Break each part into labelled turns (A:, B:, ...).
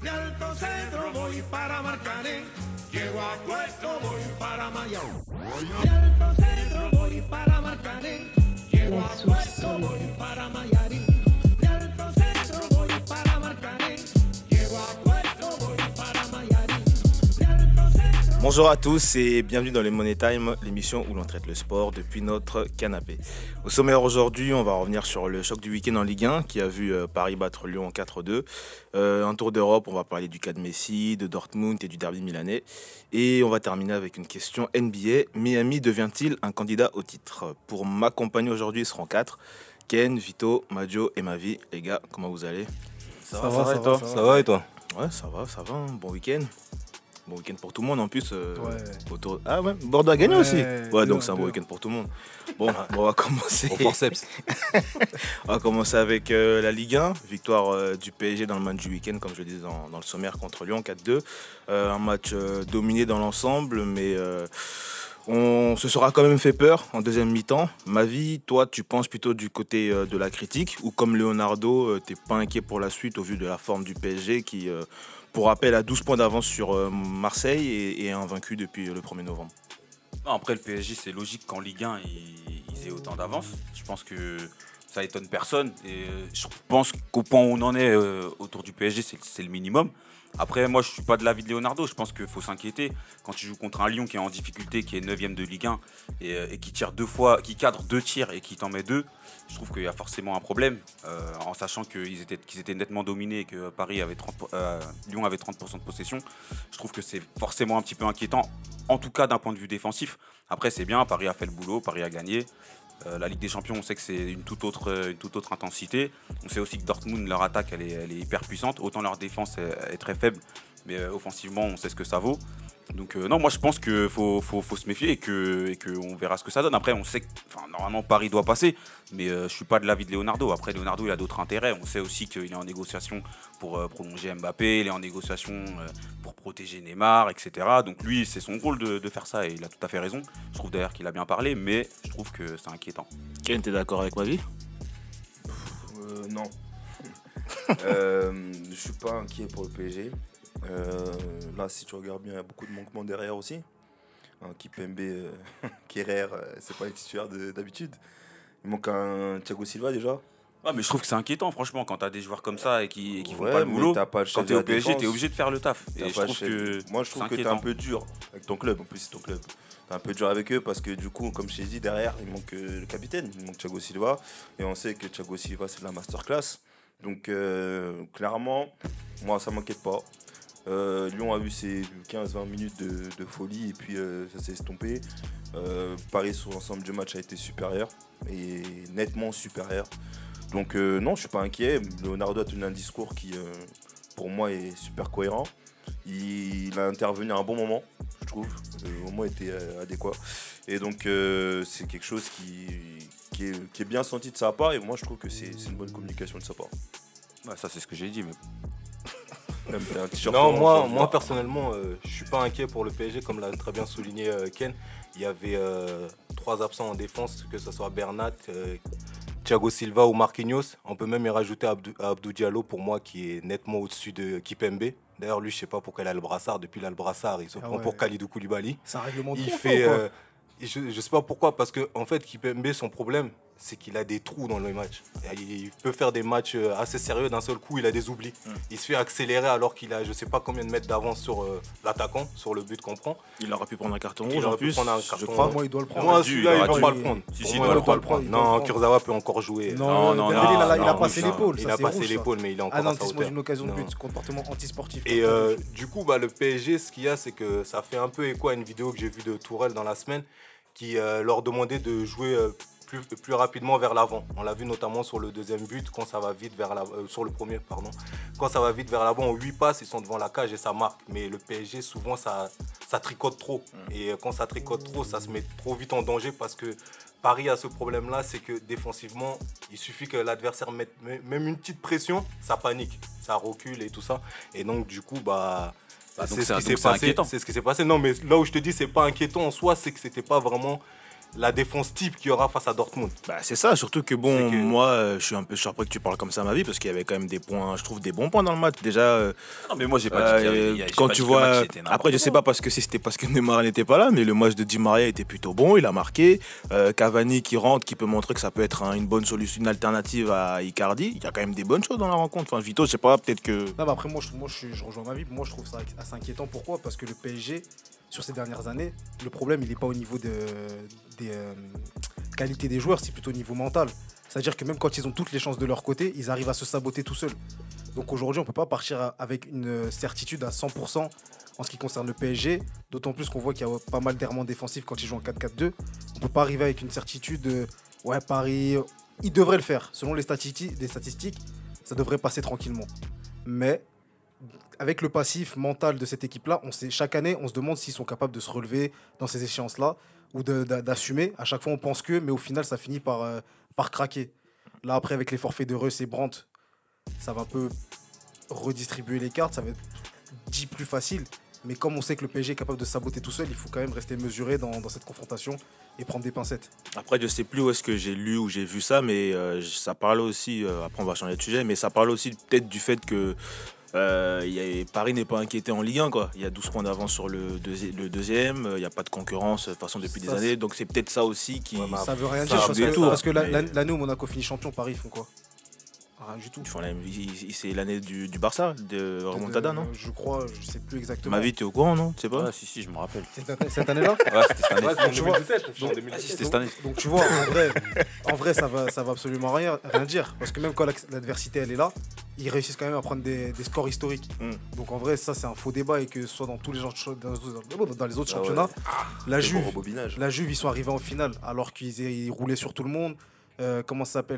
A: De Alto Cedro voy para Marcané, llego a Puerto, voy para Mayao. De Alto Cedro voy para Marcané, llego a Puerto, voy para Mayarín. De Alto Cedro voy para Marcané, llego a Puerto, voy para Mayarín. De Alto Cedro.
B: Bonjour à tous et bienvenue dans les Money Time, l'émission où l'on traite le sport depuis notre canapé. Au sommaire aujourd'hui, on va revenir sur le choc du week-end en Ligue 1 qui a vu Paris battre Lyon en 4-2. Un tour d'Europe, on va parler du cas de Messi, de Dortmund et du derby milanais. Et on va terminer avec une question NBA. Miami devient-il un candidat au titre ? Pour m'accompagner aujourd'hui, ils seront 4. Ken, Vito, Maggio et Mavi. Les gars, comment vous allez ?
C: Ça va et toi ? Ça va et toi ?
B: Ouais, ça va, un bon week-end. Bon week-end pour tout le monde en plus. Autour... Ah ouais, Bordeaux a gagné aussi. Ouais, donc c'est un bon week-end pour tout le monde. Bon, on va commencer.
C: Au forceps.
B: On va commencer avec la Ligue 1. Victoire du PSG dans le match du week-end, comme je le disais dans le sommaire, contre Lyon, 4-2. Un match dominé dans l'ensemble, mais on se sera quand même fait peur en deuxième mi-temps. Mavi, toi, tu penses plutôt du côté de la critique ou comme Leonardo, t'es pas inquiet pour la suite au vu de la forme du PSG qui... pour rappel, à 12 points d'avance sur Marseille et invaincu depuis le 1er novembre.
D: Non, après, le PSG, c'est logique qu'en Ligue 1, ils aient autant d'avance. Je pense que ça étonne personne. Et je pense qu'au point où on en est autour du PSG, c'est le minimum. Après, moi, je ne suis pas de l'avis de Leonardo. Je pense qu'il faut s'inquiéter. Quand tu joues contre un Lyon qui est en difficulté, qui est 9e de Ligue 1 et qui tire 2 fois, qui cadre 2 tirs et qui t'en met 2, je trouve qu'il y a forcément un problème. En sachant qu'ils étaient nettement dominés et que Lyon avait 30% de possession, je trouve que c'est forcément un petit peu inquiétant, en tout cas d'un point de vue défensif. Après, c'est bien, Paris a fait le boulot, Paris a gagné. La Ligue des Champions, on sait que c'est une toute autre intensité. On sait aussi que Dortmund, leur attaque, elle est hyper puissante. Autant leur défense est très faible, mais offensivement, on sait ce que ça vaut. Donc non, moi je pense qu'il faut se méfier et qu'on verra ce que ça donne. Après, on sait que normalement Paris doit passer, mais je ne suis pas de l'avis de Leonardo. Après, Leonardo, il a d'autres intérêts. On sait aussi qu'il est en négociation pour prolonger Mbappé, il est en négociation pour protéger Neymar, etc. Donc lui, c'est son rôle de faire ça et il a tout à fait raison. Je trouve d'ailleurs qu'il a bien parlé, mais je trouve que c'est inquiétant.
B: Ken, t'es d'accord avec Mavi ?
C: Non. Je suis pas inquiet pour le PSG. Là, si tu regardes bien, il y a beaucoup de manquements derrière aussi. Kipembe, Kerrer, c'est pas les titulaires d'habitude. Il manque un Thiago Silva déjà.
D: Ouais, mais je trouve que c'est inquiétant, franchement, quand t'as des joueurs comme ça et qui font
C: Ouais,
D: pas le boulot.
C: T'as pas le
D: Quand
C: chef
D: t'es
C: de
D: au
C: la
D: PSG,
C: défense.
D: t'es obligé de faire le taf. Et
C: Moi, je trouve que t'es un peu dur avec ton club. En plus, c'est ton club. T'es un peu dur avec eux parce que du coup, comme je t'ai dit, derrière, il manque le capitaine, il manque Thiago Silva. Et on sait que Thiago Silva, c'est de la masterclass. Donc, clairement, moi, ça m'inquiète pas. Lyon a eu ses 15-20 minutes de folie et puis ça s'est estompé. Paris, sur l'ensemble du match, a été supérieur et nettement supérieur. Donc, non, je suis pas inquiet. Leonardo a tenu un discours qui, pour moi, est super cohérent. Il a intervenu à un bon moment, je trouve. Le moment était adéquat. Et donc, c'est quelque chose qui est bien senti de sa part. Et moi, je trouve que c'est une bonne communication de sa part.
D: Ouais, ça, c'est ce que j'ai dit. Mais...
C: Même t'as un t-shirt
E: Non,
C: orange,
E: moi personnellement, je suis pas inquiet pour le PSG, comme l'a très bien souligné Ken. Il y avait 3 absents en défense, que ce soit Bernat, Thiago Silva ou Marquinhos. On peut même y rajouter Abdou Diallo, pour moi, qui est nettement au-dessus de Kipembe. D'ailleurs, lui, je sais pas pourquoi il a le brassard. Depuis qu'il a le brassard, il se prend pour Kalidou Koulibaly.
F: C'est un règlement de
E: Il
F: compte,
E: fait,
F: quoi.
E: je sais pas pourquoi, parce que en fait, Kipembe, son problème, c'est qu'il a des trous dans le match. Il peut faire des matchs assez sérieux, d'un seul coup, il a des oublis. Il se fait accélérer alors qu'il a je sais pas combien de mètres d'avance sur l'attaquant, sur le but qu'on prend.
B: Il aurait pu prendre un carton
E: Il
B: rouge
E: aurait
B: en
E: pu
B: plus,
E: prendre un
B: je
E: carton
B: crois.
F: Moi, il doit le prendre.
E: Moi,
D: dû,
E: celui-là,
D: il
E: il
D: aurait
E: doit
D: dû.
E: pas le prendre.
D: Si,
E: Pour
D: si,
E: moi,
D: il doit
E: il doit
D: le
E: le prendre.
F: prendre.
E: Non, Kurzawa peut encore jouer.
F: Non,
D: non,
F: Dembélé,
D: non,
F: il a
D: non,
F: passé
D: non.
F: l'épaule.
E: Il
F: ça,
E: a
F: c'est
E: passé
F: rouge, ça.
E: l'épaule, mais il est encore à sa
F: Alantisme
E: hauteur.
F: d'une occasion de
E: Non.
F: but, comportement antisportif.
E: Et du coup, le PSG, ce qu'il y a, c'est que ça fait un peu écho à une vidéo que j'ai vue de Tourelle dans la semaine qui leur demandait de jouer plus rapidement vers l'avant. On l'a vu notamment sur le deuxième but, quand ça va vite vers sur le premier, pardon. Quand ça va vite vers l'avant, en 8 passes, ils sont devant la cage et ça marque. Mais le PSG, souvent, ça tricote trop. Et quand ça tricote trop, ça se met trop vite en danger parce que Paris a ce problème-là, c'est que défensivement, il suffit que l'adversaire mette même une petite pression, ça panique, ça recule et tout ça. Et donc, du coup,
D: donc
E: c'est ce qui s'est
D: c'est
E: passé.
D: inquiétant.
E: C'est ce qui s'est passé. Non, mais là où je te dis, c'est pas inquiétant en soi, c'est que c'était pas vraiment la défense type qu'il y aura face à Dortmund.
B: Bah, c'est ça, surtout que moi, je suis un peu surpris que tu parles comme ça à ma vie parce qu'il y avait quand même des points, je trouve des bons points dans le match. Déjà,
D: Non, mais moi, j'ai pas dit qu'il y avait.
B: quand tu vois, après, je sais pas parce que c'était parce que Neymar n'était pas là, mais le match de Di Maria était plutôt bon, il a marqué. Cavani qui rentre, qui peut montrer que ça peut être une bonne solution, une alternative à Icardi. Il y a quand même des bonnes choses dans la rencontre. Enfin, Vito, je sais pas, peut-être que.
F: Non, mais après, je rejoins ma vie. Moi, je trouve ça assez inquiétant. Pourquoi ? Parce que le PSG, sur ces dernières années, le problème, il n'est pas au niveau des qualités des joueurs, c'est plutôt au niveau mental. C'est-à-dire que même quand ils ont toutes les chances de leur côté, ils arrivent à se saboter tout seuls. Donc aujourd'hui, on ne peut pas partir avec une certitude à 100% en ce qui concerne le PSG, d'autant plus qu'on voit qu'il y a pas mal d'errements défensifs quand ils jouent en 4-4-2. On ne peut pas arriver avec une certitude, ouais, Paris, ils devraient le faire. Selon les statistiques, ça devrait passer tranquillement. Mais avec le passif mental de cette équipe-là, chaque année, on se demande s'ils sont capables de se relever dans ces échéances-là ou d'assumer. À chaque fois, on pense que, mais au final, ça finit par craquer. Là, après, avec les forfaits de Reus et Brandt, ça va un peu redistribuer les cartes, ça va être dit plus facile. Mais comme on sait que le PSG est capable de saboter tout seul, il faut quand même rester mesuré dans cette confrontation et prendre des pincettes. Après,
B: je sais plus où est-ce que j'ai lu ou j'ai vu ça, mais ça parlait aussi, après on va changer de sujet, mais ça parlait aussi peut-être du fait que Paris n'est pas inquiété en Ligue 1, quoi. Il y a 12 points d'avance sur le deuxième, il n'y a pas de concurrence de toute façon depuis des années, donc c'est peut-être ça aussi qui...
F: ça veut rien dire, parce que l'année où Monaco finit champion, Paris ils font quoi ? Rien du tout.
B: C'est l'année du Barça, de Remontada, non ?
F: Je crois, je sais plus exactement.
B: Ma vie, t'es au courant, non ? Tu sais pas ?
D: Si, je me rappelle.
F: Cette année-là ?
D: Ouais, c'était cette année.
E: Ouais, c'était en 2017.
D: C'était cette année.
F: Donc tu vois, en vrai ça va absolument rien dire. Parce que même quand l'adversité elle est là, ils réussissent quand même à prendre des scores historiques. Donc en vrai, ça c'est un faux débat et que ce soit dans tous les dans les autres championnats, la Juve, ils sont arrivés en finale alors qu'ils roulaient sur tout le monde. Comment ça s'appelle ?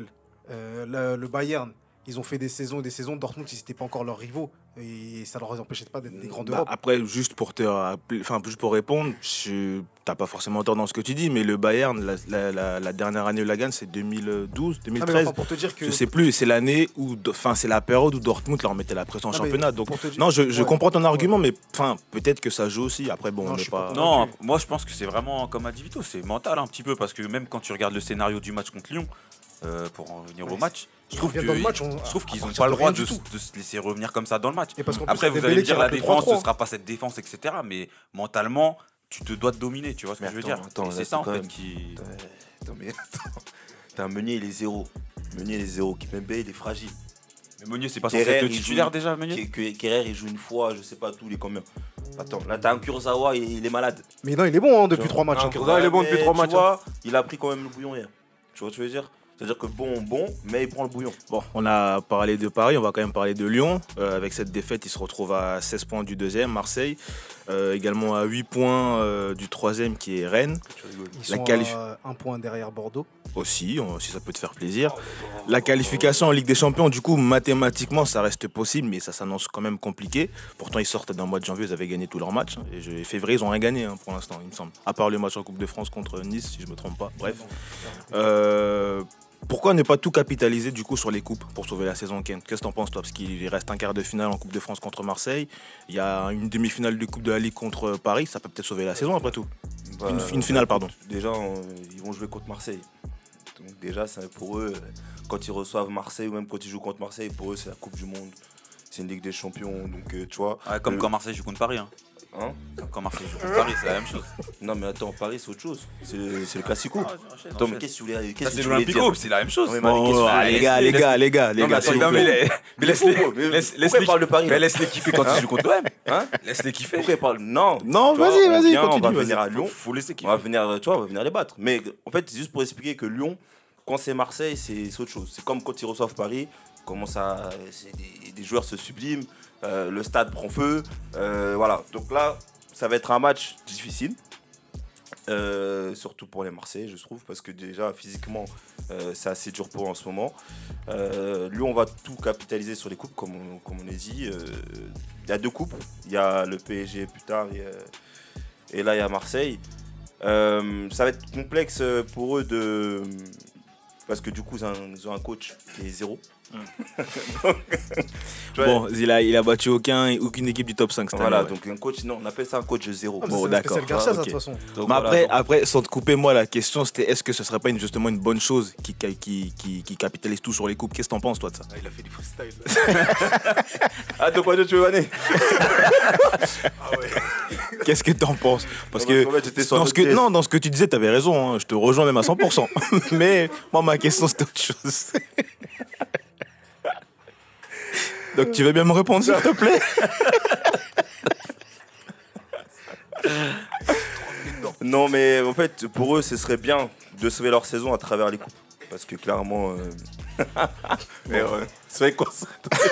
F: Le Bayern, ils ont fait des saisons. Dortmund, ils n'étaient pas encore leurs rivaux et ça ne leur empêchait pas d'être des grands d'Europe.
B: Après, juste pour répondre, t'as pas forcément tort dans ce que tu dis, mais le Bayern, la dernière année où la gagne, c'est 2012, 2013.
F: Enfin, pour te dire que...
B: Je sais plus, c'est l'année où, c'est la période où Dortmund leur mettait la pression en championnat. Donc, je comprends ton argument, mais peut-être que ça joue aussi. Après, bon, on n'est pas.
D: Non, moi je pense que c'est vraiment comme a dit Vito, c'est mental un petit peu parce que même quand tu regardes le scénario du match contre Lyon. Pour en venir au match, je trouve qu'ils n'ont pas le droit de se laisser revenir comme ça dans le match. Après, vous allez me dire la défense, ce ne sera pas cette défense, etc. Mais mentalement, tu te dois de dominer, tu vois ce que je veux dire. C'est ça en fait qui.
C: Attends. T'as un Meunier, il est zéro. Kimpembe, il est fragile.
D: Mais Meunier, c'est pas censé être le titulaire déjà, Meunier.
C: Kerrer, il joue une fois, je sais pas tous les combien. Attends, là t'as un Kurzawa, il est malade.
F: Mais non, il est bon depuis 3 matchs.
E: Kurzawa, il est bon depuis 3 matchs.
C: Tu vois, il a pris quand même le bouillon hier. Tu vois ce que je veux dire ? C'est-à-dire que bon, mais il prend le bouillon.
B: Bon, on a parlé de Paris, on va quand même parler de Lyon. Avec cette défaite, il se retrouve à 16 points du deuxième, Marseille. Également à 8 points du troisième qui est Rennes.
F: Ils sont à 1 point derrière Bordeaux.
B: Aussi, si ça peut te faire plaisir. La qualification en Ligue des Champions, du coup, mathématiquement, ça reste possible, mais ça s'annonce quand même compliqué. Pourtant, ils sortent d'un mois de janvier, ils avaient gagné tous leurs matchs. Et février, ils n'ont rien gagné pour l'instant, il me semble. À part le match en Coupe de France contre Nice, si je ne me trompe pas. Bref. Pourquoi ne pas tout capitaliser du coup sur les coupes pour sauver la saison, Ken ? Qu'est-ce que t'en penses toi ? Parce qu'il reste un quart de finale en Coupe de France contre Marseille, il y a une demi-finale de Coupe de la Ligue contre Paris, ça peut peut-être sauver la saison après tout. Une finale, pardon.
C: Déjà, ils vont jouer contre Marseille. Donc déjà, pour eux, quand ils reçoivent Marseille ou même quand ils jouent contre Marseille, pour eux c'est la Coupe du Monde, c'est une Ligue des Champions, donc tu vois.
D: Comme quand Marseille joue contre Paris. Quand Marseille joue contre Paris, c'est la même chose.
C: Non mais attends, Paris c'est autre chose. C'est le classico.
D: Attends, mais qu'est-ce que tu voulais dire ? C'est l'Olympico, c'est la même chose.
B: Les gars.
D: Mais laisse-les
C: parler de Paris.
D: Mais laisse-les kiffer quand ils jouent contre l'OM. Laisse-les kiffer.
C: Pourquoi ils parlent ? Non,
B: vas-y, continue.
C: On va venir à Lyon.
D: Faut laisser kiffer.
C: On va venir les battre. Mais en fait, c'est juste pour expliquer que Lyon, quand c'est Marseille, c'est autre chose. C'est comme quand ils reçoivent Paris, des joueurs se subliment. Le stade prend feu, voilà. Donc là, ça va être un match difficile, surtout pour les Marseillais, je trouve, parce que déjà physiquement, c'est assez dur pour eux en ce moment. Lui, on va tout capitaliser sur les coupes, comme on l'a dit. Il y a 2 coupes, il y a le PSG plus tard et là il y a Marseille. Ça va être complexe pour eux parce que du coup ils ont un coach qui est 0.
B: Bon, il a battu aucune équipe du top 5 cette
C: Voilà,
B: année.
C: donc un coach, non, on appelle ça un coach zéro.
B: Bon, d'accord.
F: C'est le Garcia, ça, de
B: ok.
F: toute façon.
C: Donc,
B: Mais
C: voilà,
B: après, sans te couper, moi, la question, c'était est-ce que ce serait pas justement une bonne chose qui capitalise tout sur les coupes? Qu'est-ce que t'en penses, toi, de ça?
E: Ah, il a fait du freestyle.
C: Ah, donc, tu veux vanner?
E: Ah ouais.
B: Qu'est-ce que t'en penses? Parce
C: Non,
B: que
C: parce qu'en fait, j'étais sur
B: dans
C: un
B: ce
C: autre
B: que
C: pièce.
B: non, dans ce que tu disais, t'avais raison. Je te rejoins même à 100%. Mais moi, ma question, c'était autre chose. Donc, tu veux bien me répondre, s'il te plaît?
C: Non, mais en fait, pour eux, ce serait bien de sauver leur saison à travers les coupes. Parce que clairement.
E: Mais ouais. C'est vrai quoi ça.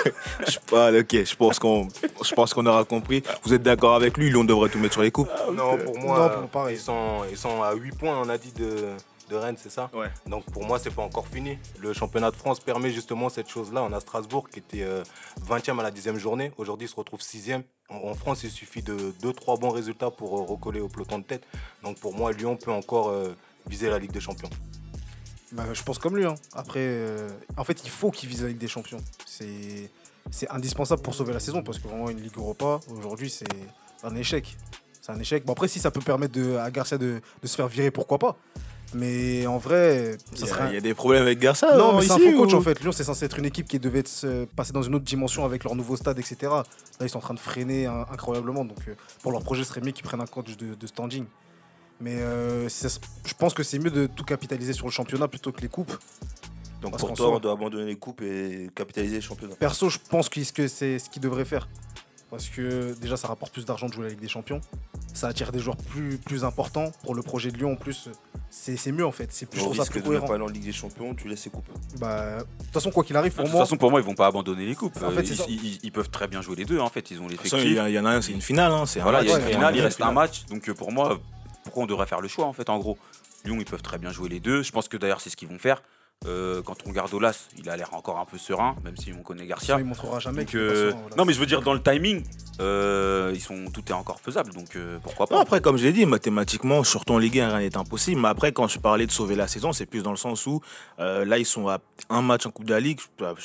B: Je pense qu'on aura compris. Vous êtes d'accord avec lui? Lyon devrait tout mettre sur les coupes.
E: Non, pour moi,
F: Non, pour moi, pareil.
E: ils sont à 8 points, on a dit, de Rennes, c'est ça?
B: Ouais.
E: Donc pour moi, c'est pas encore fini. Le championnat de France permet justement cette chose-là. On a Strasbourg qui était 20e à la 10e journée. Aujourd'hui, il se retrouve 6e. En France, il suffit de 2-3 bons résultats pour recoller au peloton de tête. Donc pour moi, Lyon peut encore viser la Ligue des Champions.
F: Bah, je pense comme lui. Hein. Après, en fait, il faut qu'il vise la Ligue des Champions. C'est indispensable pour sauver la saison parce que vraiment, une Ligue Europa, aujourd'hui, c'est un échec. C'est un échec. Bon, après, si ça peut permettre à Garcia de se faire virer, pourquoi pas. Mais en vrai, ça serait.
B: Il y a des problèmes avec Garcia.
F: Non, mais c'est un
B: ici,
F: faux coach
B: ou-
F: en fait. Lyon, c'est censé être une équipe qui devait passer dans une autre dimension avec leur nouveau stade, etc. Là, ils sont en train de freiner incroyablement. Donc, pour leur projet, ce serait mieux qu'ils prennent un coach de standing. Mais je pense que c'est mieux de tout capitaliser sur le championnat plutôt que les coupes.
C: Donc
F: Parce
C: pour
F: qu'en
C: toi,
F: soi-
C: on doit abandonner les coupes et capitaliser les championnats.
F: Perso, je pense que c'est ce qu'ils devraient faire. Parce que déjà, ça rapporte plus d'argent de jouer la Ligue des Champions. Ça attire des joueurs plus importants. Pour le projet de Lyon, en plus, c'est mieux en fait. C'est plus, je
C: Au
F: trouve ça
C: risque
F: plus
C: de ne pas
F: cohérent.
C: aller en Ligue des Champions, tu laisses les coupes.
F: Bah, de toute façon, quoi qu'il arrive,
D: De
F: pour
D: toute
F: moi,
D: façon, pour moi, ils vont pas abandonner les coupes.
F: En fait, c'est ça.
D: Ils peuvent très bien jouer les deux. En fait, ils ont
B: De toute façon,
D: l'effectif.
B: il y en a un, c'est une finale. Hein, c'est un
D: Voilà,
B: match.
D: il y a
F: ouais,
D: une
F: ouais,
D: finale,
F: ouais,
D: il
F: ouais,
D: reste un match. Donc pour moi, pourquoi on devrait faire le choix en fait en gros? Lyon, ils peuvent très bien jouer les deux. Je pense que d'ailleurs, c'est ce qu'ils vont faire. Quand on regarde Olas, il a l'air encore un peu serein, même si on connaît Garcia.
F: il montrera jamais.
D: Donc,
F: qu'il est pas serein, voilà.
D: non, mais je veux dire, dans le timing, tout est encore faisable. Donc pourquoi
B: Non,
D: pas?
B: après, comme je l'ai dit, mathématiquement, surtout en Ligue 1, rien n'est impossible. Mais après, quand je parlais de sauver la saison, c'est plus dans le sens où là, ils sont à un match en Coupe de la Ligue.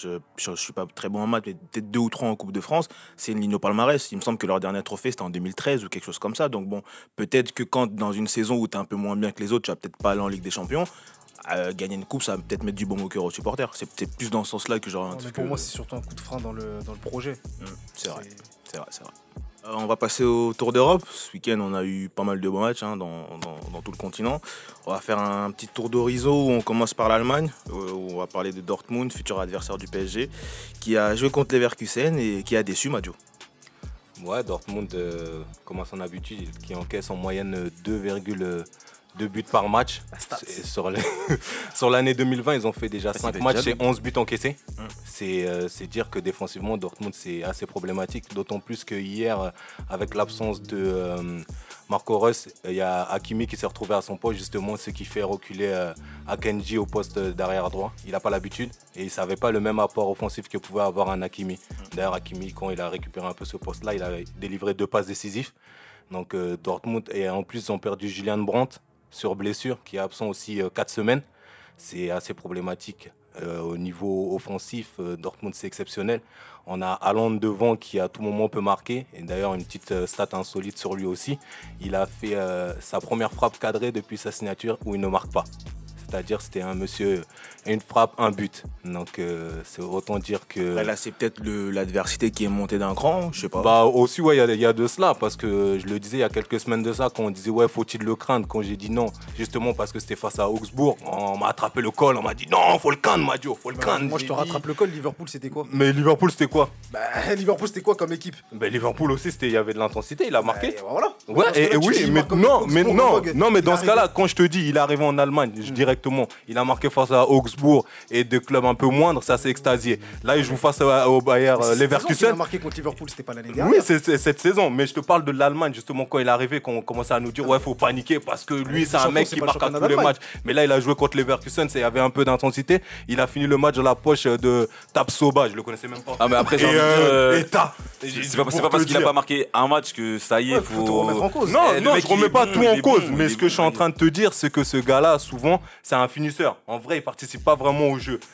B: Je suis pas très bon en maths, mais peut-être 2 ou 3 en Coupe de France. C'est une ligne au palmarès. Il me semble que leur dernier trophée, c'était en 2013 ou quelque chose comme ça. Donc bon, peut-être que quand dans une saison où tu es un peu moins bien que les autres, tu vas peut-être pas aller en Ligue des Champions. Gagner une coupe, ça va peut-être mettre du bon au cœur aux supporters. C'est peut-être plus dans ce sens-là que j'aurais
F: Non, mais pour moi, c'est surtout un coup de frein dans le projet.
B: C'est vrai. C'est vrai. On va passer au Tour d'Europe. Ce week-end, on a eu pas mal de bons matchs dans tout le continent. On va faire un petit tour d'horizon où on commence par l'Allemagne. Où on va parler de Dortmund, futur adversaire du PSG, qui a joué contre Leverkusen et qui a déçu Madio.
E: Ouais, Dortmund, comme à son habitude, qui encaisse en moyenne 2,2 buts par match. Et sur l'année 2020, ils ont fait déjà 5 matchs et 11 buts encaissés. C'est dire que défensivement, Dortmund, c'est assez problématique. D'autant plus que hier, avec l'absence de Marco Reus, il y a Hakimi qui s'est retrouvé à son poste, justement, ce qui fait reculer Akanji au poste d'arrière droit. Il n'a pas l'habitude et il ne savait pas le même apport offensif que pouvait avoir un Hakimi. D'ailleurs, Hakimi, quand il a récupéré un peu ce poste-là, il a délivré 2 passes décisives. Donc Dortmund, et en plus, ils ont perdu Julian Brandt sur blessure, qui est absent aussi 4 semaines. C'est assez problématique. Au niveau offensif, Dortmund, c'est exceptionnel. On a Haaland devant qui à tout moment peut marquer. Et d'ailleurs, une petite stat insolite sur lui aussi. Il a fait sa première frappe cadrée depuis sa signature où il ne marque pas. C'est-à-dire c'était un monsieur, une frappe, un but. Donc c'est autant dire que...
B: Là, c'est peut-être l'adversité qui est montée d'un cran, je sais pas.
E: Bah aussi, ouais, il y a de cela, parce que je le disais il y a quelques semaines de ça, quand on disait ouais, faut-il le craindre, quand j'ai dit non, justement parce que c'était face à Augsbourg, on m'a attrapé le col, on m'a dit non, faut le craindre, Madio, faut le craindre.
F: Moi, je te rattrape le col. Liverpool, c'était quoi?
E: Mais Liverpool, c'était quoi?
F: Bah, Liverpool, c'était quoi comme équipe?
E: Ben Liverpool aussi, il y avait de l'intensité, il a marqué.
F: Bah, voilà.
E: Ouais,
F: Parce que là,
E: et
F: tu
E: oui,
F: dis, il
E: mais
F: marque comme
E: non,
F: Augsbourg,
E: mais
F: le
E: non,
F: Bog.
E: non, mais
F: Il
E: dans ce
F: arrive.
E: cas-là, quand je te dis, il est arrivé en Allemagne, directement, il a marqué face à Augsbourg et des clubs un peu moindres, ça s'est extasié. Là, il joue face au Bayer
F: Mais c'est cette saison qu'il a
E: Leverkusen.
F: marqué contre Liverpool, c'était pas l'année
E: Oui,
F: dernière.
E: c'est cette saison, mais je te parle de l'Allemagne, justement, quand il est arrivé, qu'on commençait à nous dire, ouais, faut paniquer parce que lui, c'est un mec qui marque à tous les matchs. Mais là, il a joué contre Leverkusen, il y avait un peu d'intensité. Il a fini le match dans la poche de Tapsoba, je le connaissais même pas.
D: Ah, mais après, j'ai envie de
E: Et t'as.
D: c'est pas parce qu'il a pas marqué un match que ça y est,
F: Faut te remettre en cause.
E: Non,
D: le
E: non,
D: mec,
E: je remets
D: il est
E: pas
D: bon,
E: tout
D: il
E: en
D: est
E: cause,
D: bon,
E: mais
D: il
E: ce
D: est
E: que je suis
D: bon,
E: en train de te dire, c'est que ce gars-là, souvent, c'est un finisseur. En vrai, il participe pas vraiment au jeu.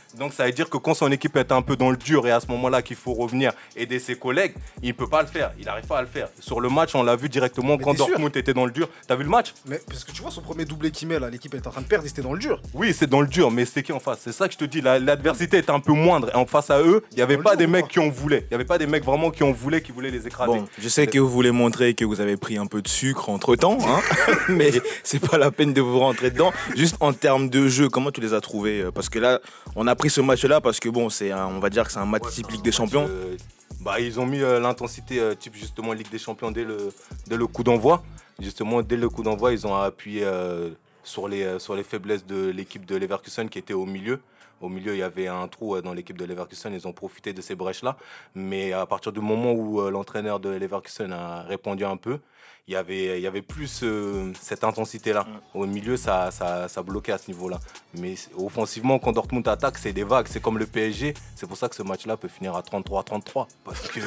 E: Donc ça veut dire que quand son équipe est un peu dans le dur et à ce moment-là qu'il faut revenir aider ses collègues, il ne peut pas le faire. Il n'arrive pas à le faire. Sur le match, on l'a vu directement quand Dortmund était dans le dur. T'as vu le match?
F: Mais parce que tu vois son premier doublé qu'il met là, l'équipe est en train de perdre, c'était dans le dur.
E: Oui, c'est dans le dur, mais c'est qui en face? C'est ça que je te dis. L'adversité est un peu moindre. Et en face à eux, il n'y avait pas des mecs qui en voulaient. Il n'y avait pas des mecs vraiment qui voulaient les écraser.
B: Bon, je sais que vous voulez montrer que vous avez pris un peu de sucre entre temps, hein, mais c'est pas la peine de vous rentrer dedans. Juste en termes de jeu, comment tu les as trouvés? Parce que là, on a pris ce match-là parce que bon, on va dire que c'est un match type Ligue des Champions.
E: Ils ont mis l'intensité type justement Ligue des Champions dès le coup d'envoi. Justement, dès le coup d'envoi, ils ont appuyé sur les faiblesses de l'équipe de Leverkusen qui était au milieu. Au milieu, il y avait un trou dans l'équipe de Leverkusen. Ils ont profité de ces brèches-là. Mais à partir du moment où l'entraîneur de Leverkusen a répondu un peu, il y avait plus cette intensité-là. Au milieu, ça bloquait à ce niveau-là. Mais offensivement, quand Dortmund attaque, c'est des vagues. C'est comme le PSG. C'est pour ça que ce match-là peut finir à 33-33. Parce que...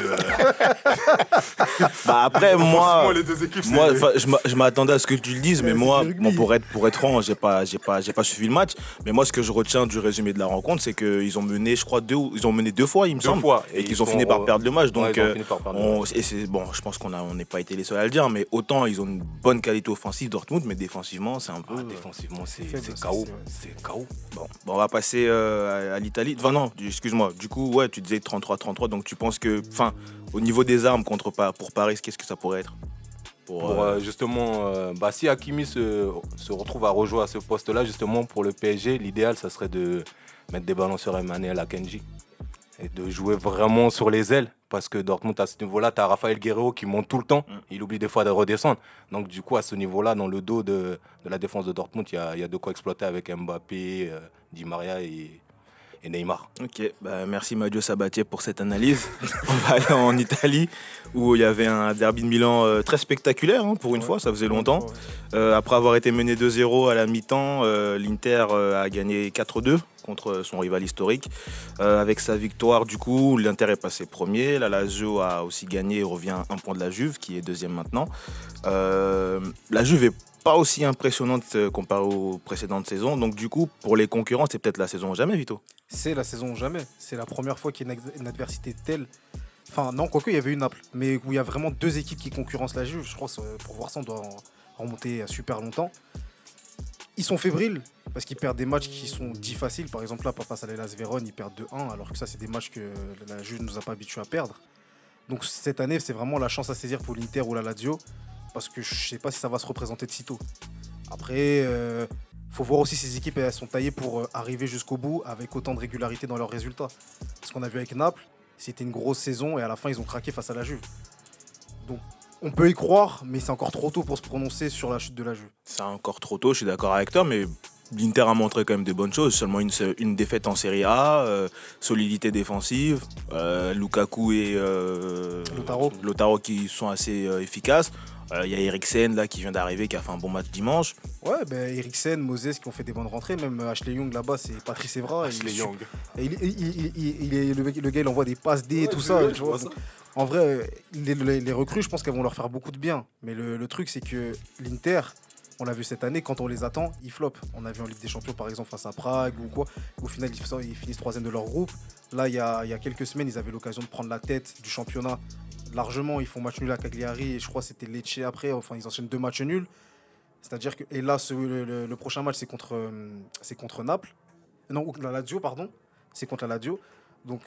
B: Après, moi,
E: les deux équipes,
B: je m'attendais à ce que tu le dises, mais moi, pour être franc, j'ai pas suivi le match. Mais moi, ce que je retiens du résumé de la rencontre, c'est qu'ils ont mené, je crois, deux fois, il me semble. Et qu'ils ont fini par perdre le match. Donc, je pense qu'on n'est pas été les seuls à le dire, mais autant ils ont une bonne qualité offensive, Dortmund, mais défensivement, c'est un peu...
E: défensivement, c'est KO. C'est KO.
B: Bon, on va passer à l'Italie. Enfin non, excuse-moi. Du coup, ouais, tu disais 33-33, donc tu penses que... Enfin, au niveau des armes pour Paris, qu'est-ce que ça pourrait être
E: si Hakimi se retrouve à rejouer à ce poste-là, justement, pour le PSG, l'idéal, ça serait de mettre des ballons sur Emmanuel Akanji et de jouer vraiment sur les ailes. Parce que Dortmund, à ce niveau-là, tu as Rafael Guerreiro qui monte tout le temps. Il oublie des fois de redescendre. Donc, du coup, à ce niveau-là, dans le dos de la défense de Dortmund, il y a de quoi exploiter avec Mbappé, Di Maria et Neymar.
B: Ok, merci Madio Sabatier pour cette analyse. On va aller en Italie où il y avait un derby de Milan très spectaculaire pour une fois, ça faisait longtemps. Après avoir été mené 2-0 à la mi-temps, l'Inter a gagné 4-2 contre son rival historique. Avec sa victoire, du coup, l'Inter est passé premier. La Lazio a aussi gagné et revient à un point de la Juve, qui est deuxième maintenant. La Juve est pas aussi impressionnante comparée aux précédentes saisons. Donc du coup, pour les concurrents, c'est peut-être la saison jamais, Vito.
F: C'est la saison jamais. C'est la première fois qu'il y a une adversité telle. Enfin non, quoique il y avait une Naples, mais où il y a vraiment deux équipes qui concurrencent la Juve. Je crois que pour voir ça, on doit remonter à super longtemps. Ils sont fébriles parce qu'ils perdent des matchs qui sont dits faciles. Par exemple là, face à l'Hellas Vérone, ils perdent 2-1, alors que ça, c'est des matchs que la Juve ne nous a pas habitués à perdre. Donc cette année, c'est vraiment la chance à saisir pour l'Inter ou la Lazio, parce que je ne sais pas si ça va se représenter de sitôt. Après, faut voir aussi si ces équipes elles sont taillées pour arriver jusqu'au bout avec autant de régularité dans leurs résultats. Parce qu'on a vu avec Naples, c'était une grosse saison et à la fin, ils ont craqué face à la Juve. Donc on peut y croire, mais c'est encore trop tôt pour se prononcer sur la chute de la Juve.
B: C'est encore trop tôt, je suis d'accord avec toi, mais l'Inter a montré quand même des bonnes choses. Seulement une défaite en Serie A, solidité défensive, Lukaku et Lautaro qui sont assez efficaces. Il y a Eriksen là, qui vient d'arriver, qui a fait un bon match dimanche.
F: Ouais, Eriksen, Moses qui ont fait des bonnes rentrées. Même Ashley Young là-bas, c'est Patrice Evra.
E: Ashley Young.
F: Le gars, il envoie des passes D et tout ça. Tu vois. En vrai, les recrues, je pense qu'elles vont leur faire beaucoup de bien. Mais le truc, c'est que l'Inter, on l'a vu cette année, quand on les attend, ils flopent. On a vu en Ligue des Champions, par exemple, face à Prague ou quoi. Au final, ils finissent 3e de leur groupe. Là, il y a quelques semaines, ils avaient l'occasion de prendre la tête du championnat. Largement, ils font match nul à Cagliari et je crois que c'était Lecce après. Enfin, ils enchaînent 2 matchs nuls. C'est-à-dire que... Et là, le prochain match, c'est contre Naples. Non, la Lazio, pardon. C'est contre la Lazio. Donc,